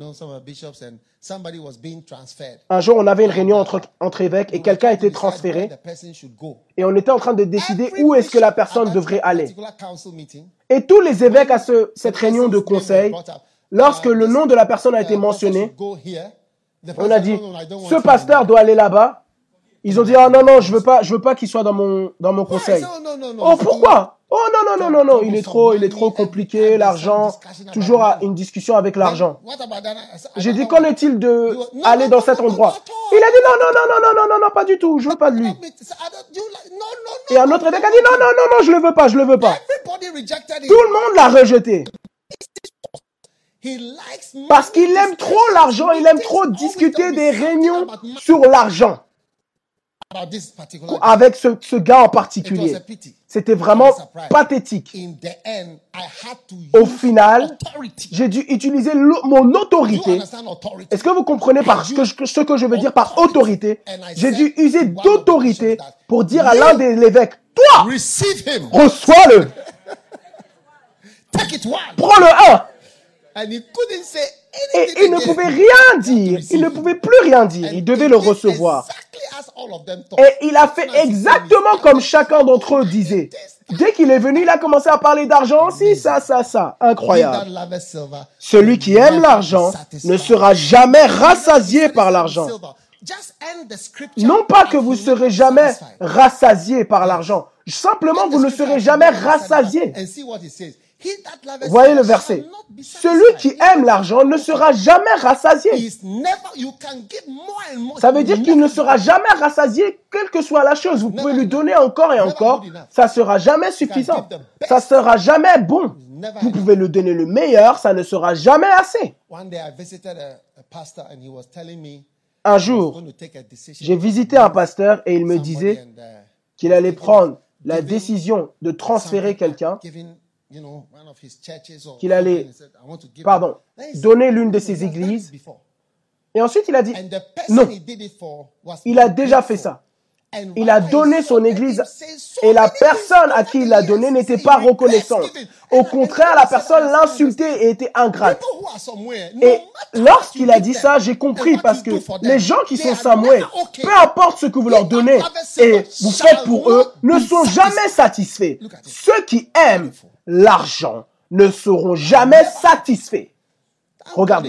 Speaker 3: Un jour, on avait une réunion entre évêques et quelqu'un a été transféré et on était en train de décider où est-ce que la personne devrait aller. Et tous les évêques à cette réunion de conseil, lorsque le nom de la personne a été mentionné, on a dit, ce pasteur doit aller là-bas. Ils ont dit, ah non, je veux pas qu'il soit dans mon conseil. Oh, pourquoi? Oh non, il est trop compliqué, l'argent, toujours une discussion avec l'argent. J'ai dit, qu'en est-il de aller dans cet endroit? Il a dit, non, pas du tout, je veux pas de lui. Et un autre évêque a dit, non, je le veux pas. Tout le monde l'a rejeté. Parce qu'il aime trop l'argent, il aime trop discuter des réunions sur l'argent. Avec ce gars en particulier. C'était vraiment pathétique. Au final, j'ai dû utiliser mon autorité. Est-ce que vous comprenez ce que je veux dire par autorité? J'ai dû user d'autorité pour dire à l'un des évêques, toi, reçois-le. Prends-le un. Et il ne pouvait rien dire. Il ne pouvait plus rien dire. Il devait le recevoir. Et il a fait exactement comme chacun d'entre eux disait. Dès qu'il est venu, il a commencé à parler d'argent aussi, ça. Incroyable. Celui qui aime l'argent ne sera jamais rassasié par l'argent. Non pas que vous serez jamais rassasié par l'argent. Simplement, vous ne serez jamais rassasié. Voyez le verset. Celui qui aime l'argent ne sera jamais rassasié. Ça veut dire qu'il ne sera jamais rassasié, quelle que soit la chose. Vous pouvez lui donner encore et encore. Ça ne sera jamais suffisant. Ça ne sera jamais bon. Vous pouvez lui donner le meilleur, ça ne sera jamais assez. Un jour, j'ai visité un pasteur et il me disait qu'il allait prendre la décision de transférer quelqu'un qu'il allait, donner l'une de ses églises. Et ensuite, il a dit, non, il a déjà fait ça. Il a donné son église et la personne à qui il l'a donné n'était pas reconnaissante. Au contraire, la personne l'insultait et était ingrate. Et lorsqu'il a dit ça, j'ai compris parce que les gens qui sont somewhere, peu importe ce que vous leur donnez et vous faites pour eux, ne sont jamais satisfaits. Ceux qui aiment l'argent ne seront jamais satisfaits. Regardez.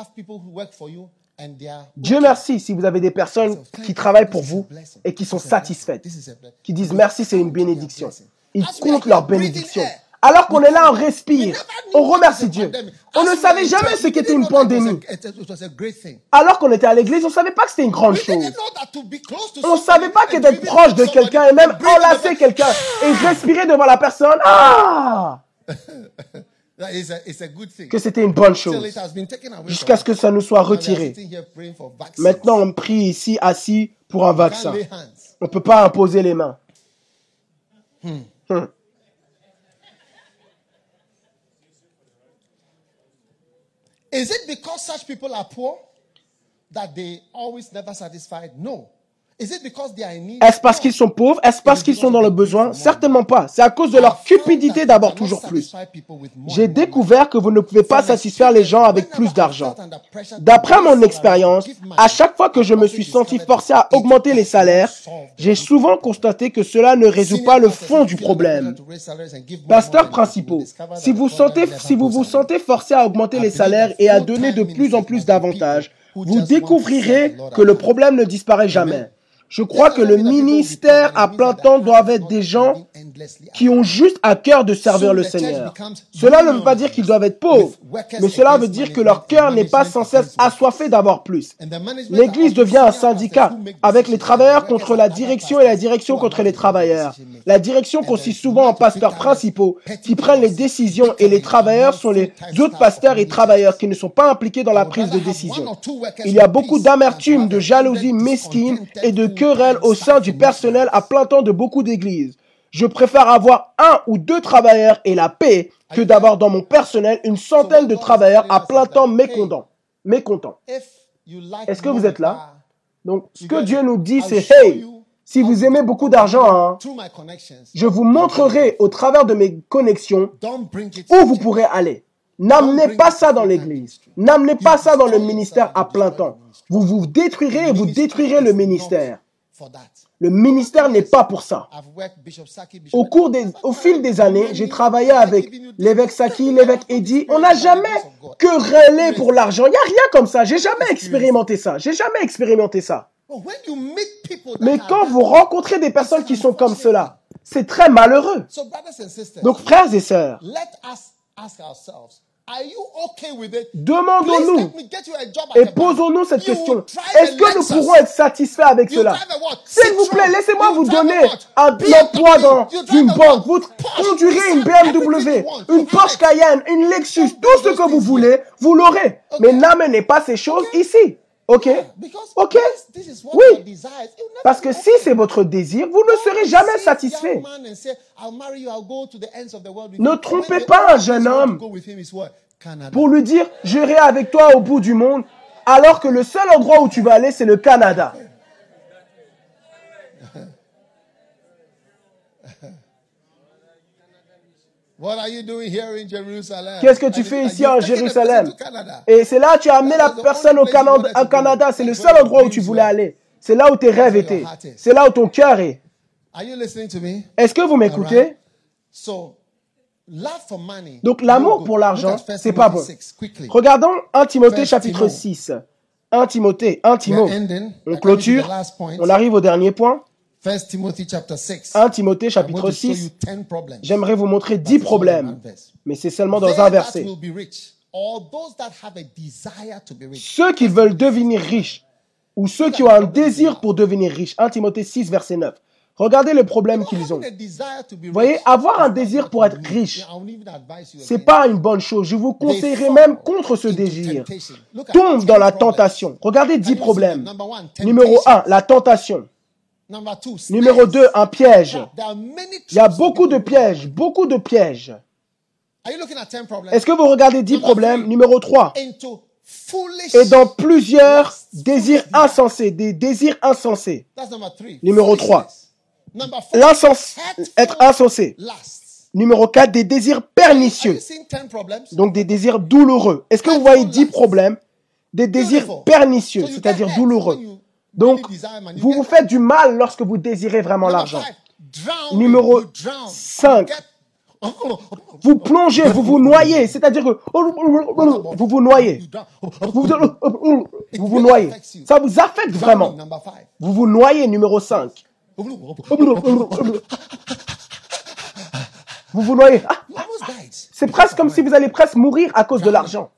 Speaker 3: Dieu merci si vous avez des personnes qui travaillent pour vous et qui sont satisfaites, qui disent merci, c'est une bénédiction. Ils comptent leur bénédiction. Alors qu'on est là, on respire, on remercie Dieu. On ne savait jamais ce qu'était une pandémie. Alors qu'on était à l'église, on ne savait pas que c'était une grande chose. On ne savait pas qu'être proche de quelqu'un et même enlacer quelqu'un et respirer devant la personne, que c'était une bonne chose, jusqu'à ce que ça nous soit retiré. Maintenant, on prie ici, assis, pour un vaccin. On ne peut pas imposer les mains.
Speaker 4: Is it because such people are poor that they always never satisfied? No.
Speaker 3: Est-ce parce qu'ils sont pauvres? Est-ce parce qu'ils sont dans le besoin? Certainement pas. C'est à cause de leur cupidité d'avoir toujours plus. J'ai découvert que vous ne pouvez pas satisfaire les gens avec plus d'argent. D'après mon expérience, à chaque fois que je me suis senti forcé à augmenter les salaires, j'ai souvent constaté que cela ne résout pas le fond du problème. Pasteurs principaux, si vous vous sentez forcé à augmenter les salaires et à donner de plus en plus d'avantages, vous découvrirez que le problème ne disparaît jamais. Je crois que le ministère à plein temps doivent être des gens qui ont juste à cœur de servir le Seigneur. Cela ne veut pas dire qu'ils doivent être pauvres, mais cela veut dire que leur cœur n'est pas sans cesse assoiffé d'avoir plus. L'Église devient un syndicat, avec les travailleurs contre la direction et la direction contre les travailleurs. La direction consiste souvent en pasteurs principaux qui prennent les décisions et les travailleurs sont les autres pasteurs et travailleurs qui ne sont pas impliqués dans la prise de décision. Il y a beaucoup d'amertume, de jalousie mesquine et de querelles au sein du personnel à plein temps de beaucoup d'églises. Je préfère avoir 1 ou 2 travailleurs et la paix que d'avoir dans mon personnel une centaine de travailleurs à plein temps mécontents. Est-ce que vous êtes là? Donc, ce que Dieu nous dit, c'est « Hey, si vous aimez beaucoup d'argent, je vous montrerai au travers de mes connexions où vous pourrez aller. N'amenez pas ça dans l'église. N'amenez pas ça dans le ministère à plein temps. Vous vous détruirez et vous détruirez le ministère. Le ministère n'est pas pour ça. Au fil des années, j'ai travaillé avec l'évêque Saki, l'évêque Eddy. On n'a jamais querellé pour l'argent. Il n'y a rien comme ça. J'ai jamais expérimenté ça. Mais quand vous rencontrez des personnes qui sont comme cela, c'est très malheureux. Donc, frères et sœurs, demandons-nous et posons-nous cette question. Est-ce que nous pourrons être satisfaits avec cela? S'il vous plaît, laissez-moi vous donner un emploi dans une banque. Vous conduirez une BMW, une Porsche Cayenne, une Lexus, tout ce que vous voulez, vous l'aurez. Mais n'amenez pas ces choses ici. Ok? Oui. Parce que si c'est votre désir, vous ne serez jamais satisfait. Ne trompez pas un jeune homme pour lui dire « J'irai avec toi au bout du monde », alors que le seul endroit où tu vas aller, c'est le Canada. Qu'est-ce que tu fais ici en Jérusalem? Et c'est là que tu as amené la personne au Canada. C'est le seul endroit où tu voulais aller. C'est là où tes rêves étaient. C'est là où ton cœur est. Est-ce que vous m'écoutez? Donc l'amour pour l'argent, c'est pas bon. Regardons 1 Timothée chapitre 6. 1 Timothée, 1 Timo. On clôture. On arrive au dernier point. 1 Timothée chapitre 6, j'aimerais vous montrer 10 problèmes, mais c'est seulement dans un verset. Ceux qui veulent devenir riches, ou ceux qui ont un désir pour devenir riches, 1 Timothée 6, verset 9. Regardez le problème qu'ils ont. Vous voyez, avoir un désir pour être riche, c'est pas une bonne chose. Je vous conseillerais même contre ce désir. Tombe dans la tentation. Regardez 10 problèmes. Numéro 1, la tentation. Numéro 2, un piège. Il y a beaucoup de pièges. Est-ce que vous regardez 10 problèmes? Numéro 3. Et dans plusieurs désirs insensés, des désirs insensés. Numéro 3. Être insensé. Numéro 4, des désirs pernicieux. Donc des désirs douloureux. Est-ce que vous voyez 10 problèmes? Des désirs pernicieux, c'est-à-dire douloureux. Donc, vous vous faites du mal lorsque vous désirez vraiment l'argent. Numéro 5. Vous plongez, vous vous noyez, c'est-à-dire que vous vous noyez. Vous vous noyez. Ça vous affecte vraiment. Vous vous noyez, numéro 5. Vous vous noyez. C'est presque comme si vous allez presque mourir à cause de l'argent.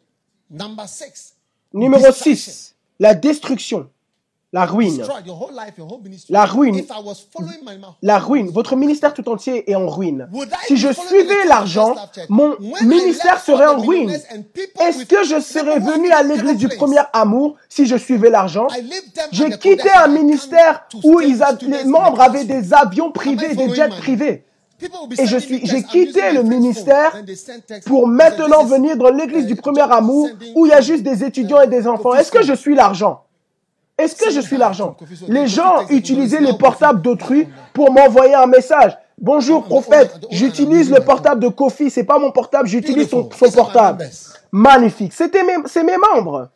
Speaker 3: Numéro 6. La destruction. La ruine. La ruine. La ruine. Votre ministère tout entier est en ruine. Si je suivais l'argent, mon ministère serait en ruine. Est-ce que je serais venu à l'église du premier amour si je suivais l'argent? J'ai quitté un ministère où les membres avaient des avions privés, des jets privés. Et j'ai quitté le ministère pour maintenant venir dans l'église du premier amour où il y a juste des étudiants et des enfants. Est-ce que je suis l'argent? Est-ce que je suis l'argent? Les gens utilisaient les portables d'autrui pour m'envoyer un message. Bonjour prophète, j'utilise le portable de Kofi, c'est pas mon portable, j'utilise son portable. Magnifique. C'est mes membres.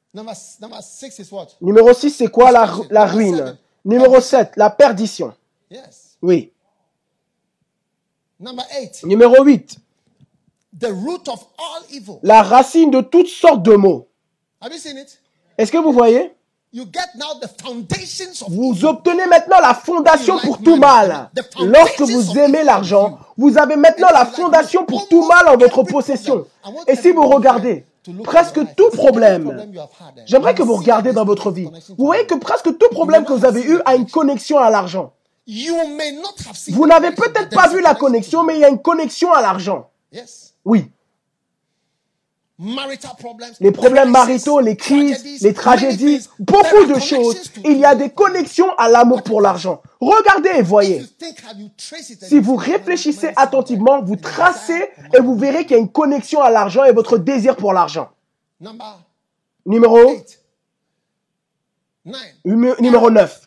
Speaker 3: Numéro 6, c'est quoi la ruine? Numéro 7, la perdition. Oui. Numéro 8. La racine de toutes sortes de maux. Est-ce que vous voyez? Vous obtenez maintenant la fondation pour tout mal. Lorsque vous aimez l'argent, vous avez maintenant la fondation pour tout mal en votre possession. Et si vous regardez, presque tout problème, j'aimerais que vous regardiez dans votre vie. Vous voyez que presque tout problème que vous avez eu a une connexion à l'argent. Vous n'avez peut-être pas vu la connexion, mais il y a une connexion à l'argent. Oui. Les problèmes maritaux, les crises, les tragédies, beaucoup de choses. Il y a des connexions à l'amour pour l'argent. Regardez et voyez. Si vous réfléchissez attentivement, vous tracez et vous verrez qu'il y a une connexion à l'argent et votre désir pour l'argent. Numéro 9.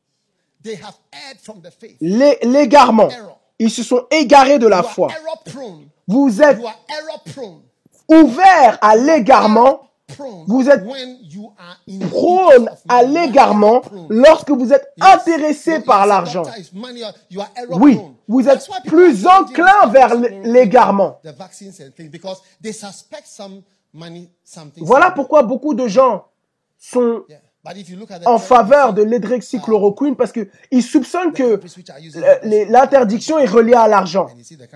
Speaker 3: L'égarement. Ils se sont égarés de la foi. Vous êtes ouvert à l'égarement, vous êtes prône à l'égarement lorsque vous êtes intéressé par l'argent. Oui, vous êtes plus enclin vers l'égarement. Voilà pourquoi beaucoup de gens sont en faveur de l'hydroxychloroquine parce qu'ils soupçonnent que l'interdiction est reliée à l'argent.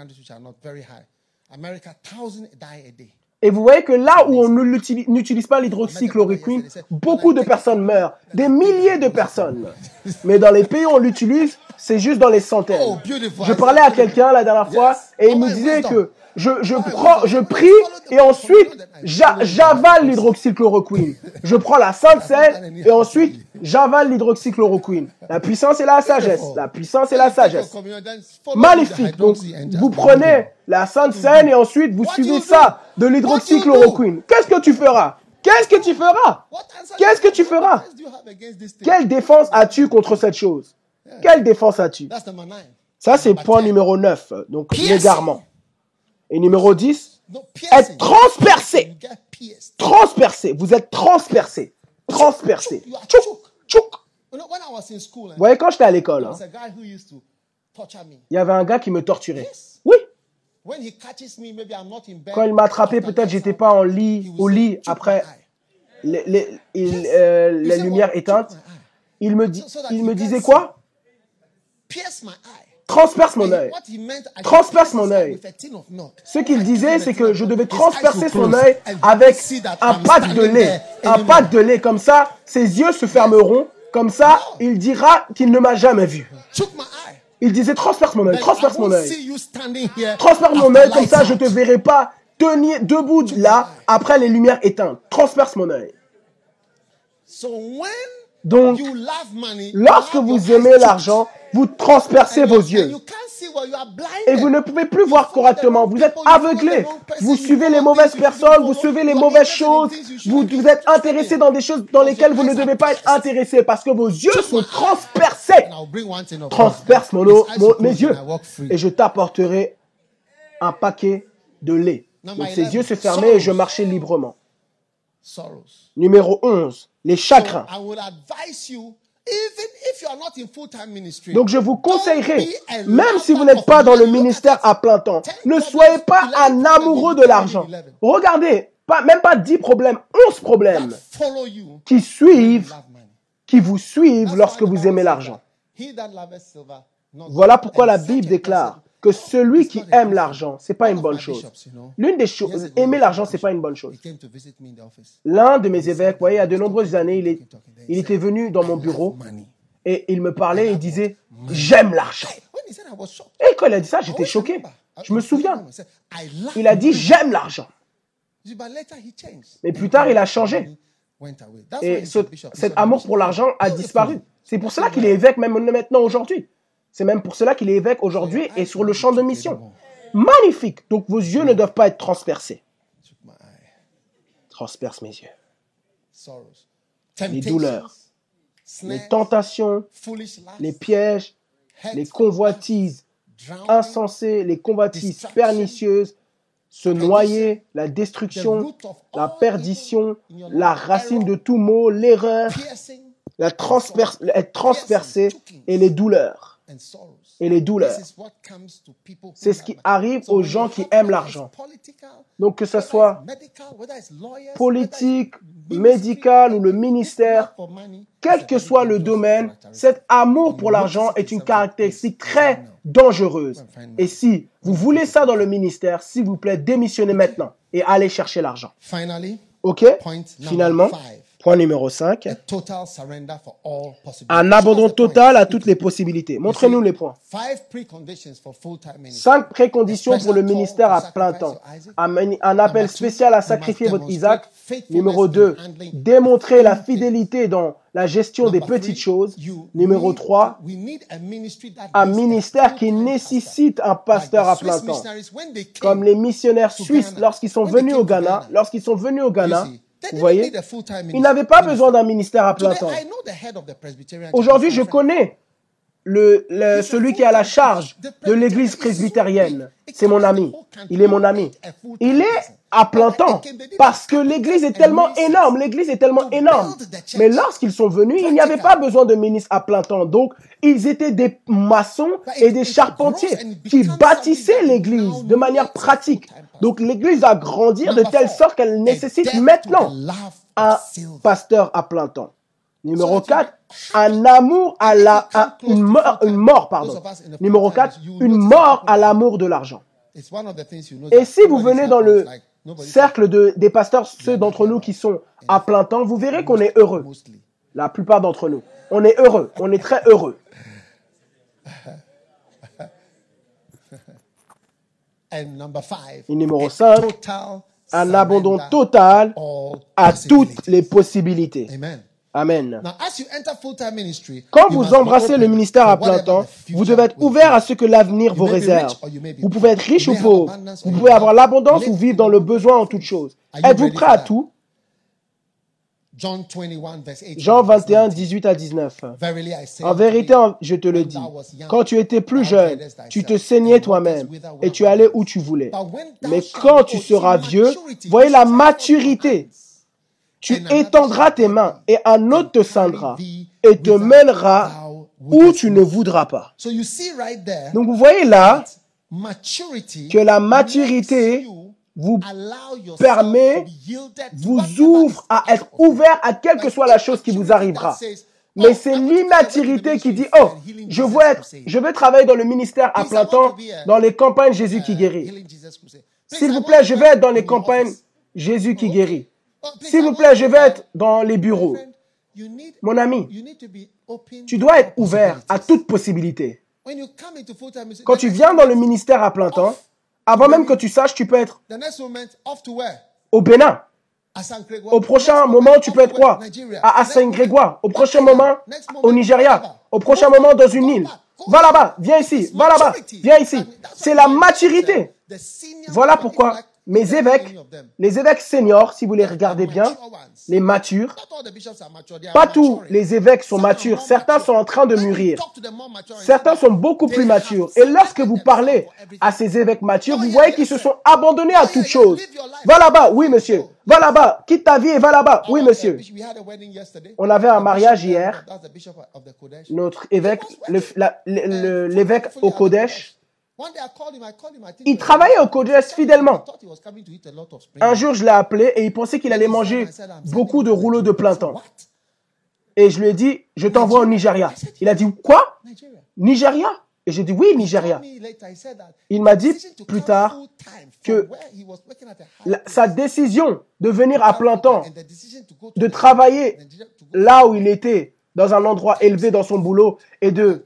Speaker 3: Et vous voyez que là où on n'utilise pas l'hydroxychloroquine, beaucoup de personnes meurent. Des milliers de personnes. Mais dans les pays où on l'utilise, c'est juste dans les centaines. Je parlais à quelqu'un la dernière fois et il me disait que je prie et ensuite j'avale l'hydroxychloroquine. Je prends la Sainte Seine et ensuite j'avale l'hydroxychloroquine. La puissance et la sagesse. La puissance et la sagesse. Magnifique. Donc vous prenez la Sainte Seine et ensuite vous suivez ça de l'hydroxychloroquine. Qu'est-ce que tu feras? Qu'est-ce que tu feras? Qu'est-ce que tu feras? Quelle défense as-tu contre cette chose? Quelle défense as-tu? Ça c'est point numéro 9. Donc l'égarement. Et numéro 10, être transpercé. Transpercé. Vous êtes transpercé. Transpercé. Tchouk, tchouk. Vous voyez, quand j'étais à l'école, il y avait un gars qui me torturait. Oui. Quand il m'a attrapé, peut-être j'étais pas au lit après les lumières éteintes. Il me disait quoi? Transperce mon œil. Transperce mon œil. Ce qu'il disait, c'est que je devais transpercer son œil avec un pack de lait. Un pack de lait. Comme ça, ses yeux se fermeront. Comme ça, il dira qu'il ne m'a jamais vu. Il disait, transperce mon œil, transperce mon œil. Transperce mon œil, comme ça, je ne te verrai pas tenir debout là, après les lumières éteintes. Transperce mon œil. Donc, lorsque vous aimez l'argent, vous transpercez vos yeux. Et vous ne pouvez plus voir correctement. Vous êtes aveuglé. Vous suivez les mauvaises personnes, vous suivez les mauvaises choses. Vous êtes intéressé dans des choses dans lesquelles vous ne devez pas être intéressé parce que vos yeux sont transpercés. Transperce mes yeux. Et je t'apporterai un paquet de lait. Donc ses yeux se fermaient et je marchais librement. Numéro 11, les chagrins. Donc je vous conseillerais, même si vous n'êtes pas dans le ministère à plein temps, ne soyez pas un amoureux de l'argent. Regardez, même pas 10 problèmes, 11 problèmes qui vous suivent lorsque vous aimez l'argent. Voilà pourquoi la Bible déclare que celui qui aime l'argent, c'est pas une bonne chose. L'une des choses, aimer l'argent, c'est pas une bonne chose. L'un de mes évêques, vous voyez, il y a de nombreuses années, il était venu dans mon bureau et il me parlait et il disait « J'aime l'argent ». Et quand il a dit ça, j'étais choqué. Je me souviens. Il a dit « J'aime l'argent ». Mais plus tard, il a changé. Et cet amour pour l'argent a disparu. C'est pour cela qu'il est évêque même maintenant aujourd'hui. C'est même pour cela qu'il est évêque aujourd'hui et sur le champ de mission. Magnifique. Donc vos yeux ne doivent pas être transpercés. Transperce mes yeux. Les douleurs, les tentations, les pièges, les convoitises insensées, les convoitises pernicieuses, se noyer, la destruction, la perdition, la racine de tout mot, l'erreur, être transpercé et les douleurs. Et les douleurs. C'est ce qui arrive aux gens qui aiment l'argent. Donc que ce soit politique, médical ou le ministère, quel que soit le domaine, cet amour pour l'argent est une caractéristique très dangereuse. Et si vous voulez ça dans le ministère, s'il vous plaît, démissionnez maintenant et allez chercher l'argent. Ok? Finalement, point numéro 5. Un abandon total à toutes les possibilités. Montrez-nous les points. 5 préconditions pour le ministère à plein temps. Un appel spécial à sacrifier votre Isaac. Numéro 2. Démontrer la fidélité dans la gestion des petites choses. Numéro 3. Un ministère qui nécessite un pasteur à plein temps. Comme les missionnaires suisses lorsqu'ils sont venus au Ghana. Vous voyez, ils n'avaient pas besoin d'un ministère à plein temps. Aujourd'hui, je connais celui qui est à la charge de l'église presbytérienne. C'est mon ami. Il est mon ami. Il est à plein temps parce que l'église est tellement énorme. Mais lorsqu'ils sont venus, il n'y avait pas besoin de ministre à plein temps. Donc, ils étaient des maçons et des charpentiers qui bâtissaient l'église de manière pratique. Donc, l'église va grandir de telle sorte qu'elle nécessite maintenant un pasteur à plein temps. Numéro 4, un amour une mort. Numéro 4, une mort à l'amour de l'argent. Et si vous venez dans le cercle des pasteurs, ceux d'entre nous qui sont à plein temps, vous verrez qu'on est heureux. La plupart d'entre nous. On est heureux. On est très heureux. Et numéro 5, un abandon total à toutes les possibilités. Amen. Quand vous embrassez le ministère à plein temps, vous devez être ouvert à ce que l'avenir vous réserve. Vous pouvez être riche ou pauvre. Vous pouvez avoir l'abondance ou vivre dans le besoin en toute chose. Êtes-vous prêt à tout? Jean 21, 18 à 19. En vérité, je te le dis, quand tu étais plus jeune, tu te saignais toi-même et tu allais où tu voulais. Mais quand tu seras vieux, voyez la maturité. Tu étendras tes mains et un autre te ceindra et te mènera où tu ne voudras pas. Donc vous voyez là que la maturité vous permet, vous ouvre à être ouvert à quelle que soit la chose qui vous arrivera. Mais c'est l'immaturité qui dit, oh, je veux travailler dans le ministère à plein temps, dans les campagnes Jésus qui guérit. S'il vous plaît, je vais être dans les campagnes Jésus qui guérit. S'il vous plaît, je vais être dans les bureaux. Mon ami, tu dois être ouvert à toute possibilité. Quand tu viens dans le ministère à plein temps, avant même que tu saches, tu peux être au Bénin. Au prochain moment, tu peux être quoi? À Saint-Grégoire. Au prochain moment, au Nigeria. Au prochain moment, dans une île. Va là-bas, viens ici, va là-bas, viens ici. C'est la maturité. Voilà pourquoi mes évêques, les évêques seniors, si vous les regardez bien, les matures, pas tous les évêques sont matures. Certains sont en train de mûrir. Certains sont beaucoup plus matures. Et lorsque vous parlez à ces évêques matures, vous voyez qu'ils se sont abandonnés à toute chose. Va là-bas, oui monsieur. Va là-bas, quitte ta vie et va là-bas. Oui monsieur. On avait un mariage hier. Notre évêque, l'évêque au Kodesh, il travaillait au Kodesh fidèlement. Un jour, je l'ai appelé et il pensait qu'il allait manger beaucoup de rouleaux de plein temps. Et je lui ai dit, je t'envoie au Nigeria. Il a dit, quoi? Nigeria? Et j'ai dit, oui, Nigeria. Il m'a dit plus tard que sa décision de venir à plein temps, de travailler là où il était, dans un endroit élevé dans son boulot, et de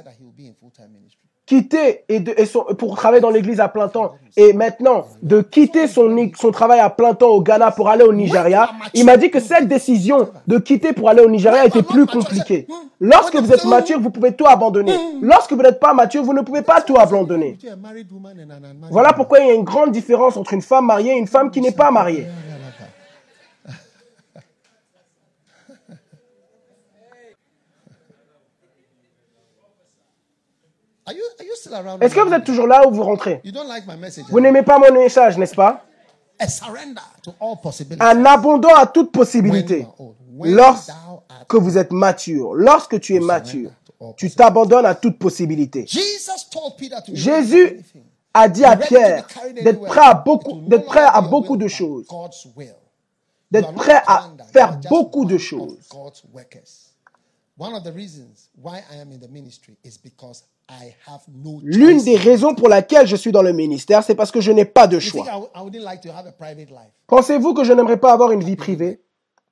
Speaker 3: quitter pour travailler dans l'église à plein temps et maintenant de quitter son travail à plein temps au Ghana pour aller au Nigeria, il m'a dit que cette décision de quitter pour aller au Nigeria était plus compliquée. Lorsque vous êtes mature, vous pouvez tout abandonner. Lorsque vous n'êtes pas mature, vous ne pouvez pas tout abandonner. Voilà pourquoi il y a une grande différence entre une femme mariée et une femme qui n'est pas mariée. Est-ce que vous êtes toujours là ou vous rentrez? Vous n'aimez pas mon message, n'est-ce pas? Un abandon à toute possibilité. Lorsque vous êtes mature, lorsque tu es mature, tu t'abandonnes à toute possibilité. Jésus a dit à Pierre d'être prêt à beaucoup de choses. D'être prêt à faire beaucoup de choses. L'une des raisons pour laquelle je suis dans le ministère, c'est parce que je n'ai pas de choix. Pensez-vous que je n'aimerais pas avoir une vie privée?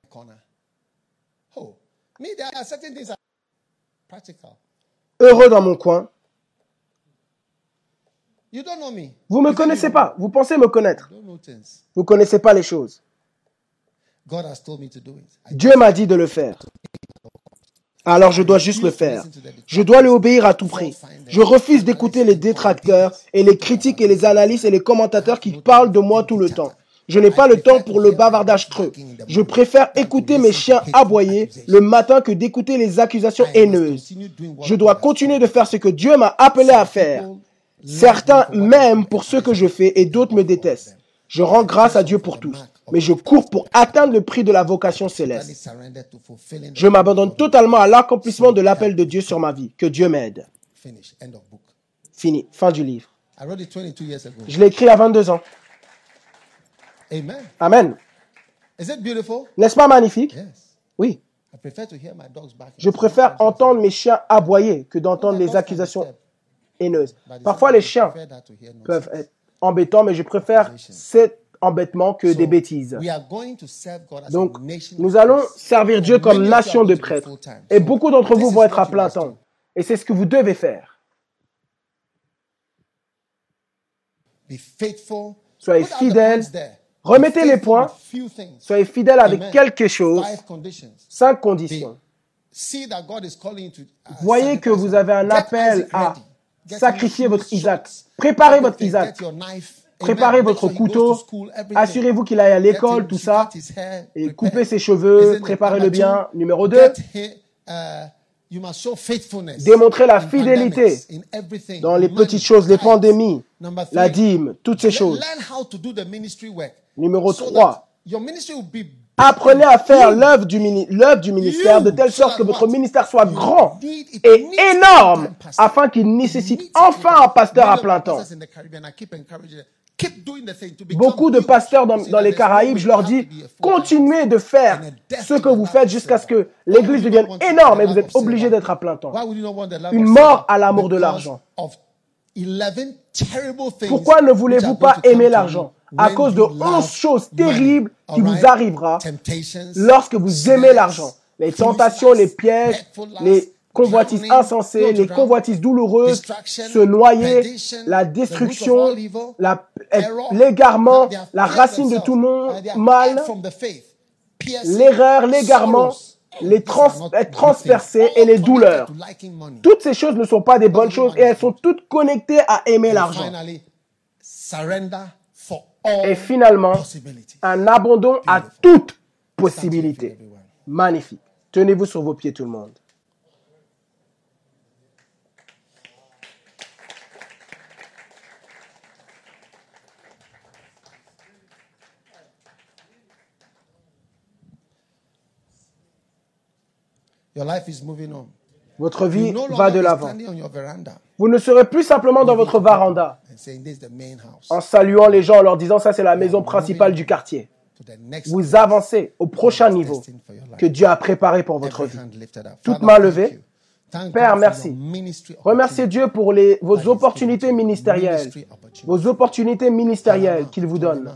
Speaker 3: Heureux dans mon coin. Vous ne me connaissez pas. Vous pensez me connaître. Vous ne connaissez pas les choses. Dieu m'a dit de le faire. Alors je dois juste le faire. Je dois lui obéir à tout prix. Je refuse d'écouter les détracteurs et les critiques et les analystes et les commentateurs qui parlent de moi tout le temps. Je n'ai pas le temps pour le bavardage creux. Je préfère écouter mes chiens aboyer le matin que d'écouter les accusations haineuses. Je dois continuer de faire ce que Dieu m'a appelé à faire. Certains m'aiment pour ce que je fais et d'autres me détestent. Je rends grâce à Dieu pour tous. Mais je cours pour atteindre le prix de la vocation céleste. Je m'abandonne totalement à l'accomplissement de l'appel de Dieu sur ma vie. Que Dieu m'aide. Fini. Fin du livre. Je l'ai écrit à 22 ans. Amen. N'est-ce pas magnifique? Oui. Je préfère entendre mes chiens aboyer que d'entendre les accusations haineuses. Parfois, les chiens peuvent être embêtants, mais je préfère cet embêtement que des bêtises. Donc, nous allons servir Dieu comme nation de prêtres. Et beaucoup d'entre vous vont être à plein temps. Et c'est ce que vous devez faire. Soyez fidèles. Remettez les points. Soyez fidèles avec quelque chose. 5 conditions. Voyez que vous avez un appel à sacrifier votre Isaac. Préparez votre Isaac. Préparez votre couteau. Assurez-vous qu'il aille à l'école, tout ça. Et coupez ses cheveux. Préparez-le bien. Numéro 2. Démontrez la fidélité dans les petites choses, les pandémies, la dîme, toutes ces choses. Numéro 3. Apprenez à faire l'œuvre du ministère de telle sorte que votre ministère soit grand et énorme afin qu'il nécessite enfin un pasteur à plein temps. Beaucoup de pasteurs dans les Caraïbes, je leur dis, continuez de faire ce que vous faites jusqu'à ce que l'église devienne énorme et vous êtes obligés d'être à plein temps. Une mort à l'amour de l'argent. Pourquoi ne voulez-vous pas aimer l'argent? À cause de 11 choses terribles qui vous arrivera lorsque vous aimez l'argent. Les tentations, les pièges, les convoitises insensées, les convoitises douloureuses, se noyer, la destruction, l'égarement, la racine de tout mal, l'erreur, l'égarement, être transpercé et les douleurs. Toutes ces choses ne sont pas des bonnes choses et elles sont toutes connectées à aimer l'argent. Et finalement, un abandon à toute possibilité. Magnifique. Tenez-vous sur vos pieds tout le monde. Votre vie va de l'avant. Vous ne serez plus simplement dans votre véranda en saluant les gens, en leur disant ça c'est la maison principale du quartier. Vous avancez au prochain niveau que Dieu a préparé pour votre vie. Toute main levée. Père, merci. Remerciez Dieu pour vos opportunités ministérielles. Vos opportunités ministérielles qu'il vous donne.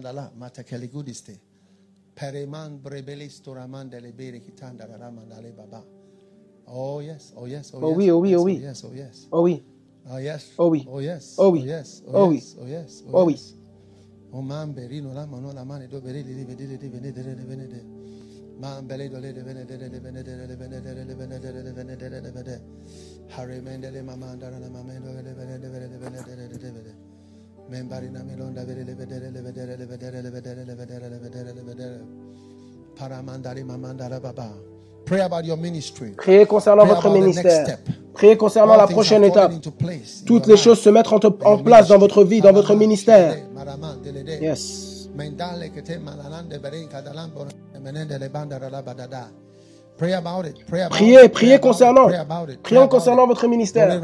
Speaker 3: Oh yes, oh yes, oh oui, oh oui, oh oui, oh oui, oh yes, oh oui, oh yes, oh oui, oh oui, oh yes, oh oui. Oh man, berino la mano la mano do beri di vedere di venere. Man bele do le venere Harry mendele mamanda la mamendo le venere. Men barina melonda vedere. Paramandari mamandara baba. Pray about your ministry. Priez concernant votre ministère. Priez concernant la prochaine étape. Toutes les choses se mettent en place dans votre vie, dans votre ministère. Yes. Priez concernant. Prions concernant votre ministère.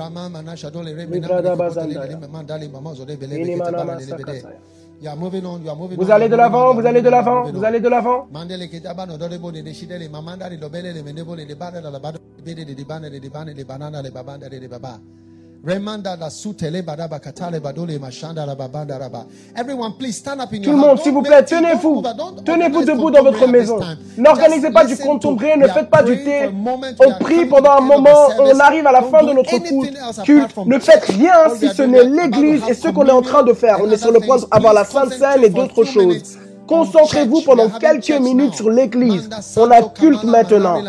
Speaker 3: Vous allez de l'avant, vous allez de l'avant, vous allez de l'avant. Tout le monde, s'il vous plaît, tenez-vous. Tenez-vous debout dans votre maison. N'organisez pas du contemplé, ne faites pas du thé. On prie pendant un moment, on arrive à la fin de notre culte. Ne faites rien si ce n'est l'église et ce qu'on est en train de faire. On est sur le point d'avoir la Sainte Seine et d'autres choses. Concentrez-vous pendant quelques minutes sur l'église. On a culte maintenant.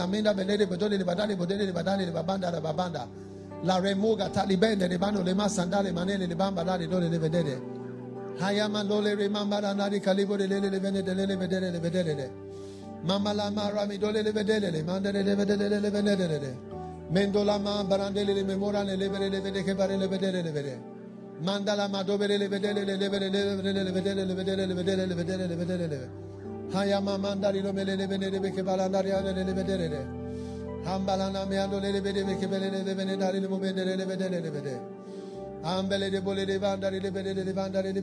Speaker 3: La remoga talibende de bando le masandale manele le bamba la de dole le vedere. Hayama dole remamba la nari calibo de le vedere le vedere. Mama la mara mi dole le vedere le mandele le vedere le vedere. Mendola ma barandele le memora le vedere che pare le vedere. Mandala ma dove le vedere le vedere. Hayama mandari lo mele le vedere che balandari le vedere. Ambalana me ando le vedere che belle le venedare le movere le vedere. Ambele de bole de bandare le vedere.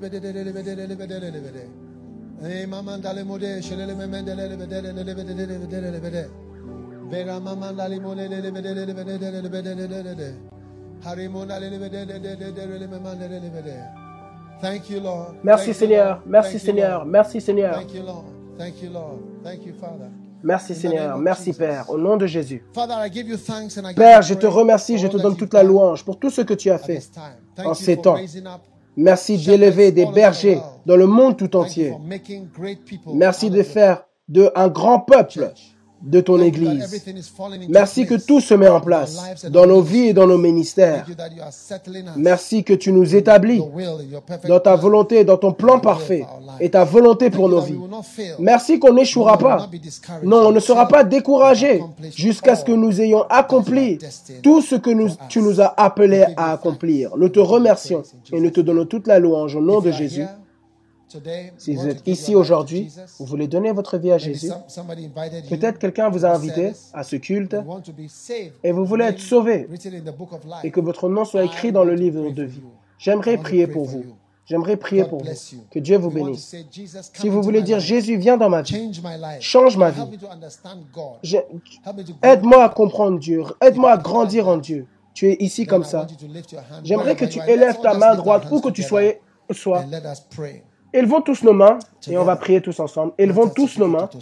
Speaker 3: E mamanda le mode scele le memendele le vedere. Vera mamanda le mole le vedere. Harimona le vedere le memandele le vedere. Thank you Lord. Merci Seigneur. Merci Seigneur. Merci Seigneur. Thank you Lord. Thank you Lord. Thank you Father. Merci Seigneur, merci Père, au nom de Jésus. Père, je te remercie, je te donne toute la louange pour tout ce que tu as fait en ces temps. Merci d'élever des bergers dans le monde tout entier. Merci de faire un grand peuple de ton Église. Merci que tout se met en place dans nos vies et dans nos ministères. Merci que tu nous établis dans ta volonté, dans ton plan parfait et ta volonté pour nos vies. Merci qu'on n'échouera pas. Non, on ne sera pas découragé jusqu'à ce que nous ayons accompli tout ce que tu nous as appelés à accomplir. Nous te remercions et nous te donnons toute la louange au nom de Jésus. Si vous êtes ici aujourd'hui, vous voulez donner votre vie à Jésus, peut-être quelqu'un vous a invité à ce culte et vous voulez être sauvé et que votre nom soit écrit dans le livre de vie. J'aimerais prier pour vous. J'aimerais prier pour vous. Que Dieu vous bénisse. Si vous voulez dire, Jésus, viens dans ma vie, change ma vie. Aide-moi à comprendre Dieu. Aide-moi à grandir en Dieu. Tu es ici comme ça. J'aimerais que tu élèves ta main droite où que tu sois. Élevons tous nos mains et on va prier tous ensemble. Élevons tous nos mains.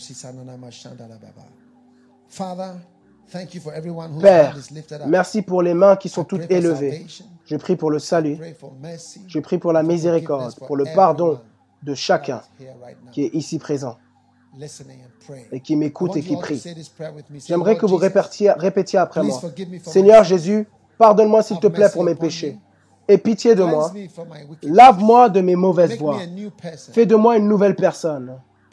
Speaker 3: Père, merci pour les mains qui sont toutes élevées. Je prie pour le salut. Je prie pour la miséricorde, pour le pardon de chacun qui est ici présent. et qui m'écoutent et qui prient. J'aimerais que vous répétiez après moi. Seigneur Jésus, pardonne-moi s'il te plaît pour mes péchés. Aie pitié de moi. Lave-moi de mes mauvaises voies. Fais de moi une nouvelle personne.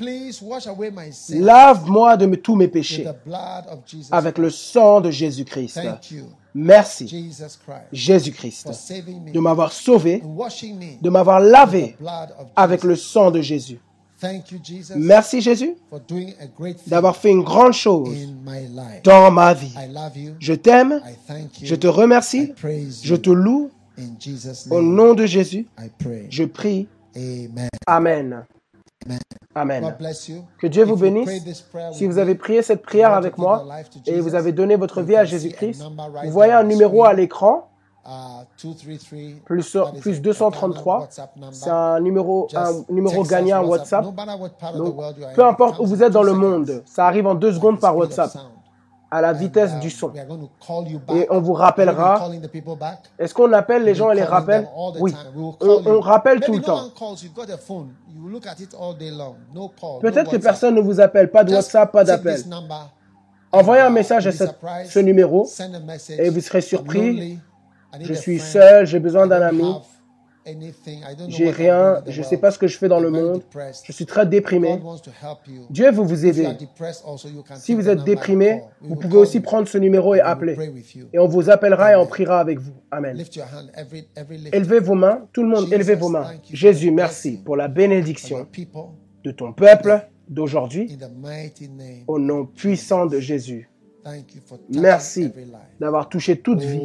Speaker 3: Lave-moi de tous mes péchés avec le sang de Jésus-Christ. Merci, Jésus-Christ, de m'avoir sauvé, de m'avoir lavé avec le sang de Jésus. Merci, Jésus, d'avoir fait une grande chose dans ma vie. Je t'aime, je te remercie, je te loue. Au nom de Jésus, je prie. Amen. Amen. Que Dieu vous bénisse. Si vous avez prié cette prière avec moi et vous avez donné votre vie à Jésus-Christ, vous voyez un numéro à l'écran, plus 233. C'est un numéro gagnant en WhatsApp. Donc, peu importe où vous êtes dans le monde, ça arrive en 2 secondes par WhatsApp, à la vitesse du son. Et on vous rappellera. Est-ce qu'on appelle les gens et les rappelle? Oui. On rappelle tout le temps. Peut-être que personne ne vous appelle, pas de WhatsApp, pas d'appel. Envoyez un message à ce numéro et vous serez surpris. Je suis seul, j'ai besoin d'un ami. J'ai rien, je ne sais pas ce que je fais dans le monde. Je suis très déprimé. Dieu veut vous aider. Si vous êtes déprimé, vous pouvez aussi prendre ce numéro et appeler. Et on vous appellera et on priera avec vous. Amen. Élevez vos mains. Tout le monde, élevez vos mains. Jésus, merci pour la bénédiction de ton peuple d'aujourd'hui. Au nom puissant de Jésus. Merci d'avoir touché toute vie.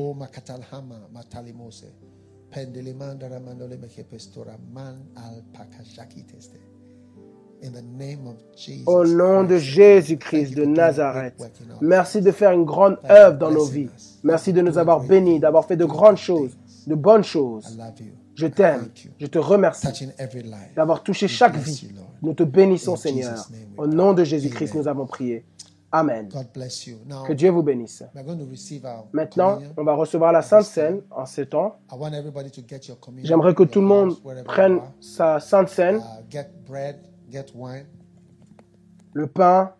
Speaker 3: Au nom de Jésus-Christ de Nazareth, merci de faire une grande œuvre dans nos vies. Merci de nous avoir bénis, d'avoir fait de grandes choses, de bonnes choses. Je t'aime, je te remercie d'avoir touché chaque vie. Nous te bénissons, Seigneur. Au nom de Jésus-Christ, nous avons prié. Amen. Que Dieu vous bénisse. Maintenant, on va recevoir la Sainte Seine en ce temps. J'aimerais que tout le monde prenne sa Sainte Seine, le pain,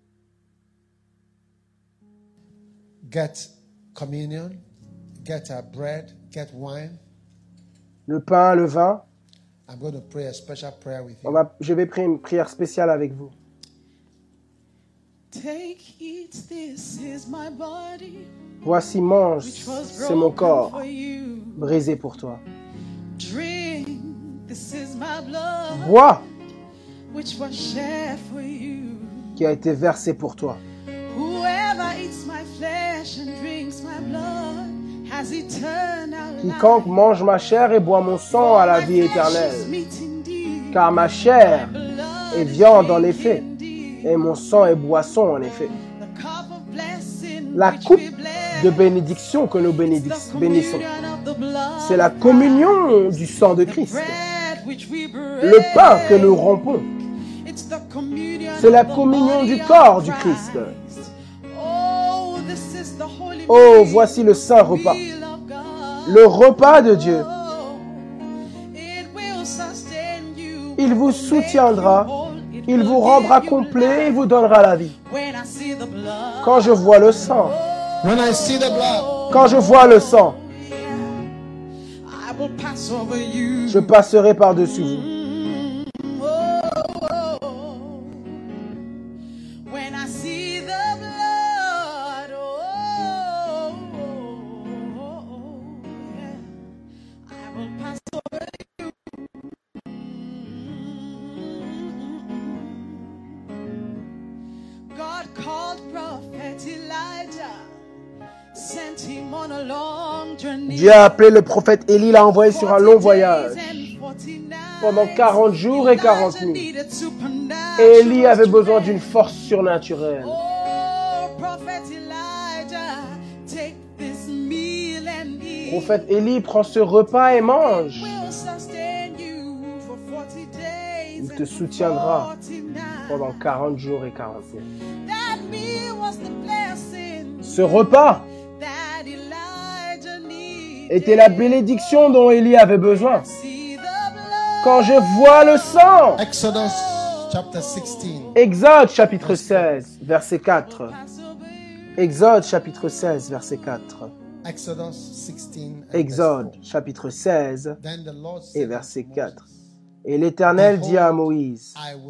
Speaker 3: le pain, le vin. Je vais prier une prière spéciale avec vous. Voici, mange, c'est mon corps, brisé pour toi. Bois, qui a été versé pour toi. Quiconque mange ma chair et boit mon sang a la vie éternelle. Car ma chair est viande en effet, et mon sang est boisson en effet. La coupe de bénédiction que nous bénissons, c'est la communion du sang de Christ. Le pain que nous rompons, c'est la communion du corps du Christ. Oh, voici le saint repas, le repas de Dieu. Il vous soutiendra, il vous rendra complet, il vous donnera la vie. Quand je vois le sang, quand je vois le sang, je passerai par-dessus vous. Dieu a appelé le prophète Élie, l'a envoyé sur un long voyage pendant 40 jours et 40 nuits. Et Élie avait besoin d'une force surnaturelle. Prophète Élie prend ce repas et mange. Il te soutiendra pendant 40 jours et 40 nuits. Ce repas était la bénédiction dont Élie avait besoin. Quand je vois le sang,
Speaker 4: chapter 16.
Speaker 3: Exode chapitre 16, verset 4. Exode chapitre 16, verset 4.
Speaker 4: Exodus 16
Speaker 3: Exode chapitre 16 et verset 4. Et l'Éternel dit à Moïse,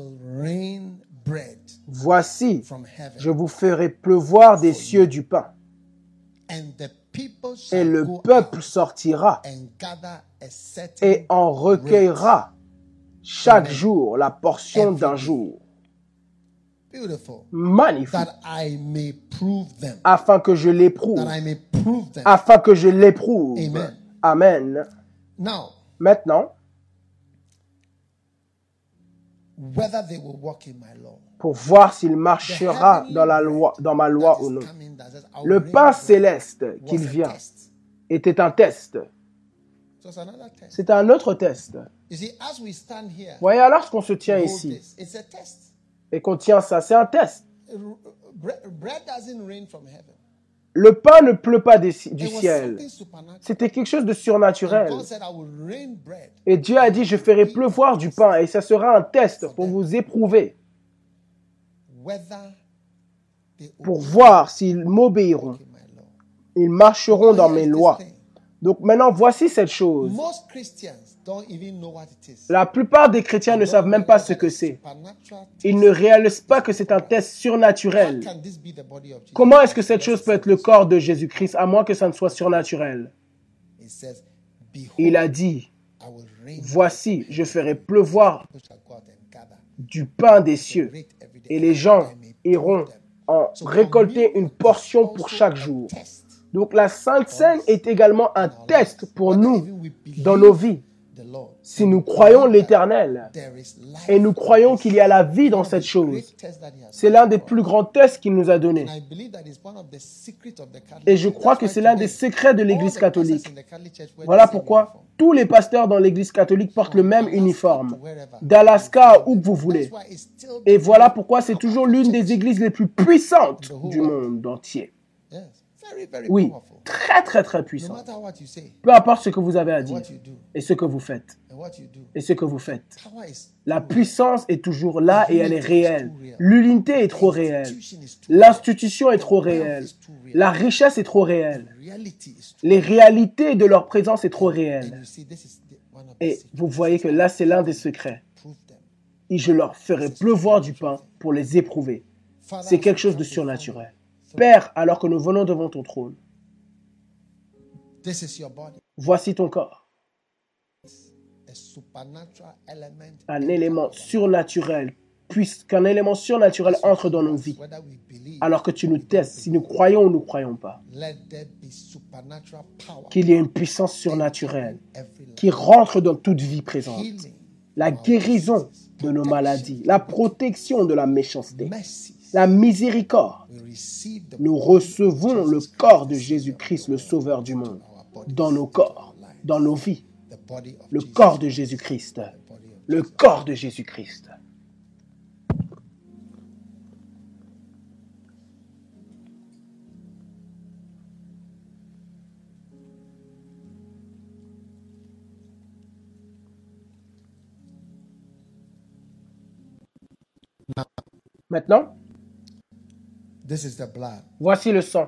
Speaker 3: voici, je vous ferai pleuvoir des cieux du pain, et le peuple sortira et en recueillera chaque jour la portion d'un jour. Magnifique. Afin que je l'éprouve. Afin que je l'éprouve. Amen. Maintenant, pour voir s'il marchera dans ma loi ou non. Le pain céleste qu'il vient était un test. C'est un autre test. Voyez, alors qu'on se tient ici et qu'on tient ça, c'est un test. Le pain ne pleut pas du ciel. C'était quelque chose de surnaturel. Et Dieu a dit, je ferai pleuvoir du pain et ça sera un test pour vous éprouver. Pour voir s'ils m'obéiront. Ils marcheront dans mes lois. Donc maintenant, voici cette chose. La plupart des chrétiens ne savent même pas ce que c'est. Ils ne réalisent pas que c'est un test surnaturel. Comment est-ce que cette chose peut être le corps de Jésus-Christ à moins que ça ne soit surnaturel? Il a dit, voici, je ferai pleuvoir du pain des cieux et les gens iront en récolter une portion pour chaque jour. Donc la Sainte Seine est également un test pour nous dans nos vies. Si nous croyons l'Éternel et nous croyons qu'il y a la vie dans cette chose, c'est l'un des plus grands tests qu'il nous a donnés. Et je crois que c'est l'un des secrets de l'Église catholique. Voilà pourquoi tous les pasteurs dans l'Église catholique portent le même uniforme, d'Alaska à où que vous voulez. Et voilà pourquoi c'est toujours l'une des églises les plus puissantes du monde entier. Oui, très très très puissant. Peu importe ce que vous avez à dire et ce que vous faites. Et ce que vous faites. La puissance est toujours là et elle est réelle. L'unité est trop réelle. L'institution est trop réelle. La richesse est trop réelle. Les réalités de leur présence est trop réelles. Et vous voyez que là c'est l'un des secrets. Et je leur ferai pleuvoir du pain pour les éprouver. C'est quelque chose de surnaturel. Père, alors que nous venons devant ton trône, voici ton corps. Un élément surnaturel, puisqu'un élément surnaturel entre dans nos vies, alors que tu nous testes, si nous croyons ou nous ne croyons pas. Qu'il y ait une puissance surnaturelle qui rentre dans toute vie présente. La guérison de nos maladies, la protection de la méchanceté, la miséricorde. Nous recevons le corps de Jésus-Christ, le Sauveur du monde, dans nos corps, dans nos vies. Le corps de Jésus-Christ. Le corps de Jésus-Christ. Maintenant, voici le sang.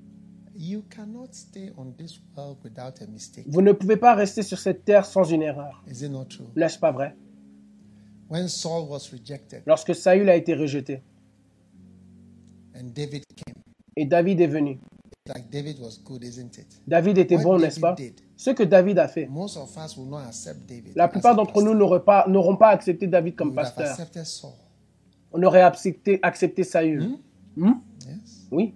Speaker 3: Vous ne pouvez pas rester sur cette terre sans une erreur. N'est-ce pas vrai? Lorsque Saül a été rejeté et David est venu, David était bon, n'est-ce pas? Ce que David a fait, la plupart d'entre nous n'auront pas accepté David comme pasteur. On aurait accepté Saül. Oui.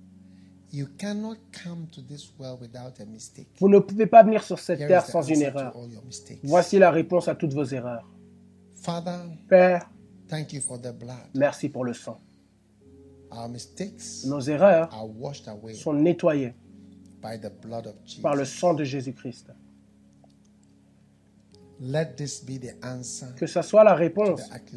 Speaker 3: Vous ne pouvez pas venir sur cette terre sans une erreur. Voici la réponse à toutes vos erreurs. Père, merci pour le sang. Nos erreurs sont nettoyées par le sang de Jésus-Christ. Que ce soit la réponse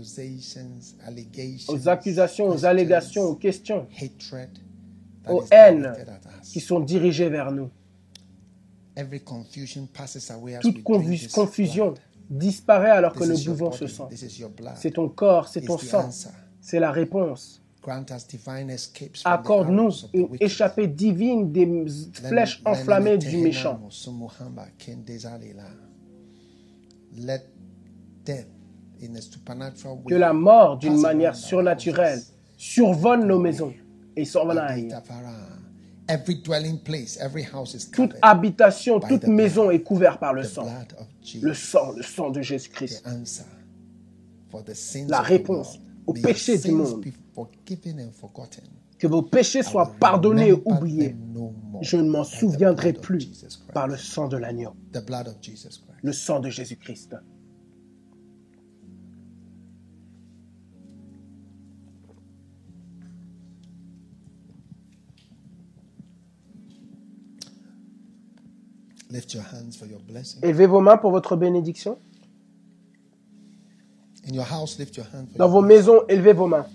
Speaker 3: aux accusations, aux allégations, aux questions, aux haines qui sont dirigées vers nous. Toute confusion disparaît alors que nous buvons ce sang. C'est ton corps, c'est ton sang. C'est la réponse. Accorde-nous une échappée divine des flèches enflammées du méchant. Que la mort, d'une manière surnaturelle, survole nos maisons et s'en aille. Toute habitation, toute maison est couverte par le sang. Le sang de Jésus-Christ. La réponse aux péchés du monde. Que vos péchés soient pardonnés et oubliés. Je ne m'en souviendrai plus par le sang de l'agneau. Le sang de Jésus-Christ. Élevez vos mains pour votre bénédiction. Dans vos maisons, élevez vos mains.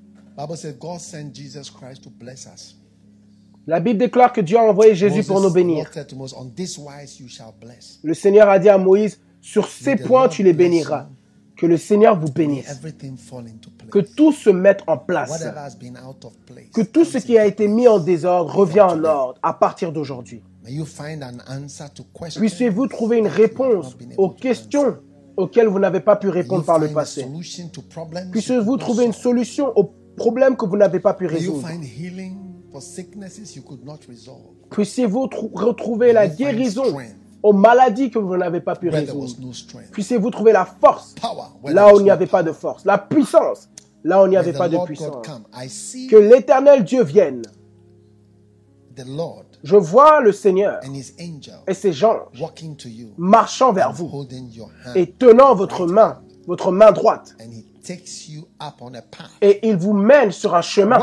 Speaker 3: La Bible déclare que Dieu a envoyé Jésus pour nous bénir. Le Seigneur a dit à Moïse, sur ces points tu les béniras. Que le Seigneur vous bénisse. Que tout se mette en place. Que tout ce qui a été mis en désordre revienne en ordre à partir d'aujourd'hui. Puissiez-vous trouver une réponse aux questions auxquelles vous n'avez pas pu répondre par le passé. Puissiez-vous trouver une solution aux problèmes que vous n'avez pas pu résoudre. Puissiez-vous retrouver la guérison aux maladies que vous n'avez pas pu résoudre. Puissiez-vous trouver la force là où il n'y avait pas de force, la puissance là où il n'y avait pas de puissance. Que l'Éternel Dieu vienne. Je vois le Seigneur et ses anges marchant vers vous et tenant votre main droite. Et il vous mène sur un chemin.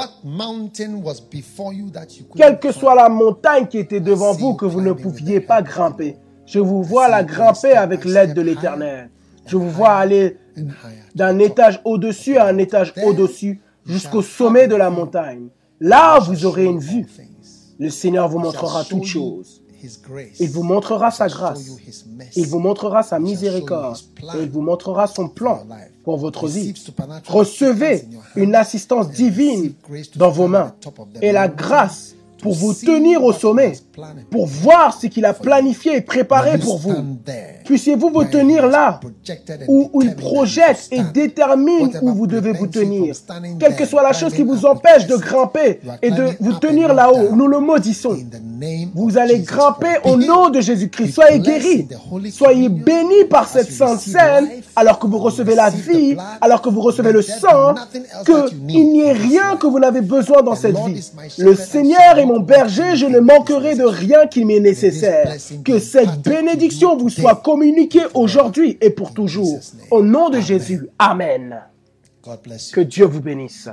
Speaker 3: Quelle que soit la montagne qui était devant vous que vous ne pouviez pas grimper, je vous vois la grimper avec l'aide de l'Éternel. Je vous vois aller d'un étage au-dessus à un étage au-dessus jusqu'au sommet de la montagne. Là, vous aurez une vue. Le Seigneur vous montrera toutes choses. Il vous montrera sa grâce. Il vous montrera sa miséricorde. Et il vous montrera son plan pour votre vie. Recevez une assistance divine dans vos mains et la grâce pour vous tenir au sommet, pour voir ce qu'il a planifié et préparé pour vous. Puissiez-vous vous tenir là, où il projette et détermine où vous devez vous tenir. Quelle que soit la chose qui vous empêche de grimper et de vous tenir là-haut, nous le maudissons. Vous allez grimper au nom de Jésus-Christ. Soyez guéris, soyez bénis par cette sainte scène, alors que vous recevez la vie, alors que vous recevez le sang, qu'il n'y ait rien que vous n'avez besoin dans cette vie. Le Seigneur est mon berger, je ne manquerai de rien qui m'est nécessaire. Que cette bénédiction vous soit communiquée aujourd'hui et pour toujours. Au nom de Jésus, Amen. Que Dieu vous bénisse.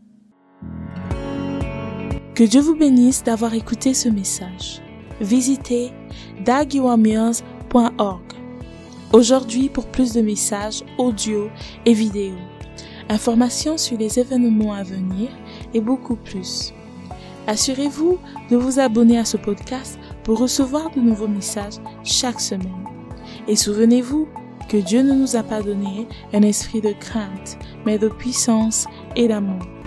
Speaker 1: Que Dieu vous bénisse d'avoir écouté ce message. Visitez dagyouameers.org. Aujourd'hui, pour plus de messages audio et vidéo, informations sur les événements à venir et beaucoup plus. Assurez-vous de vous abonner à ce podcast pour recevoir de nouveaux messages chaque semaine. Et souvenez-vous que Dieu ne nous a pas donné un esprit de crainte, mais de puissance et d'amour.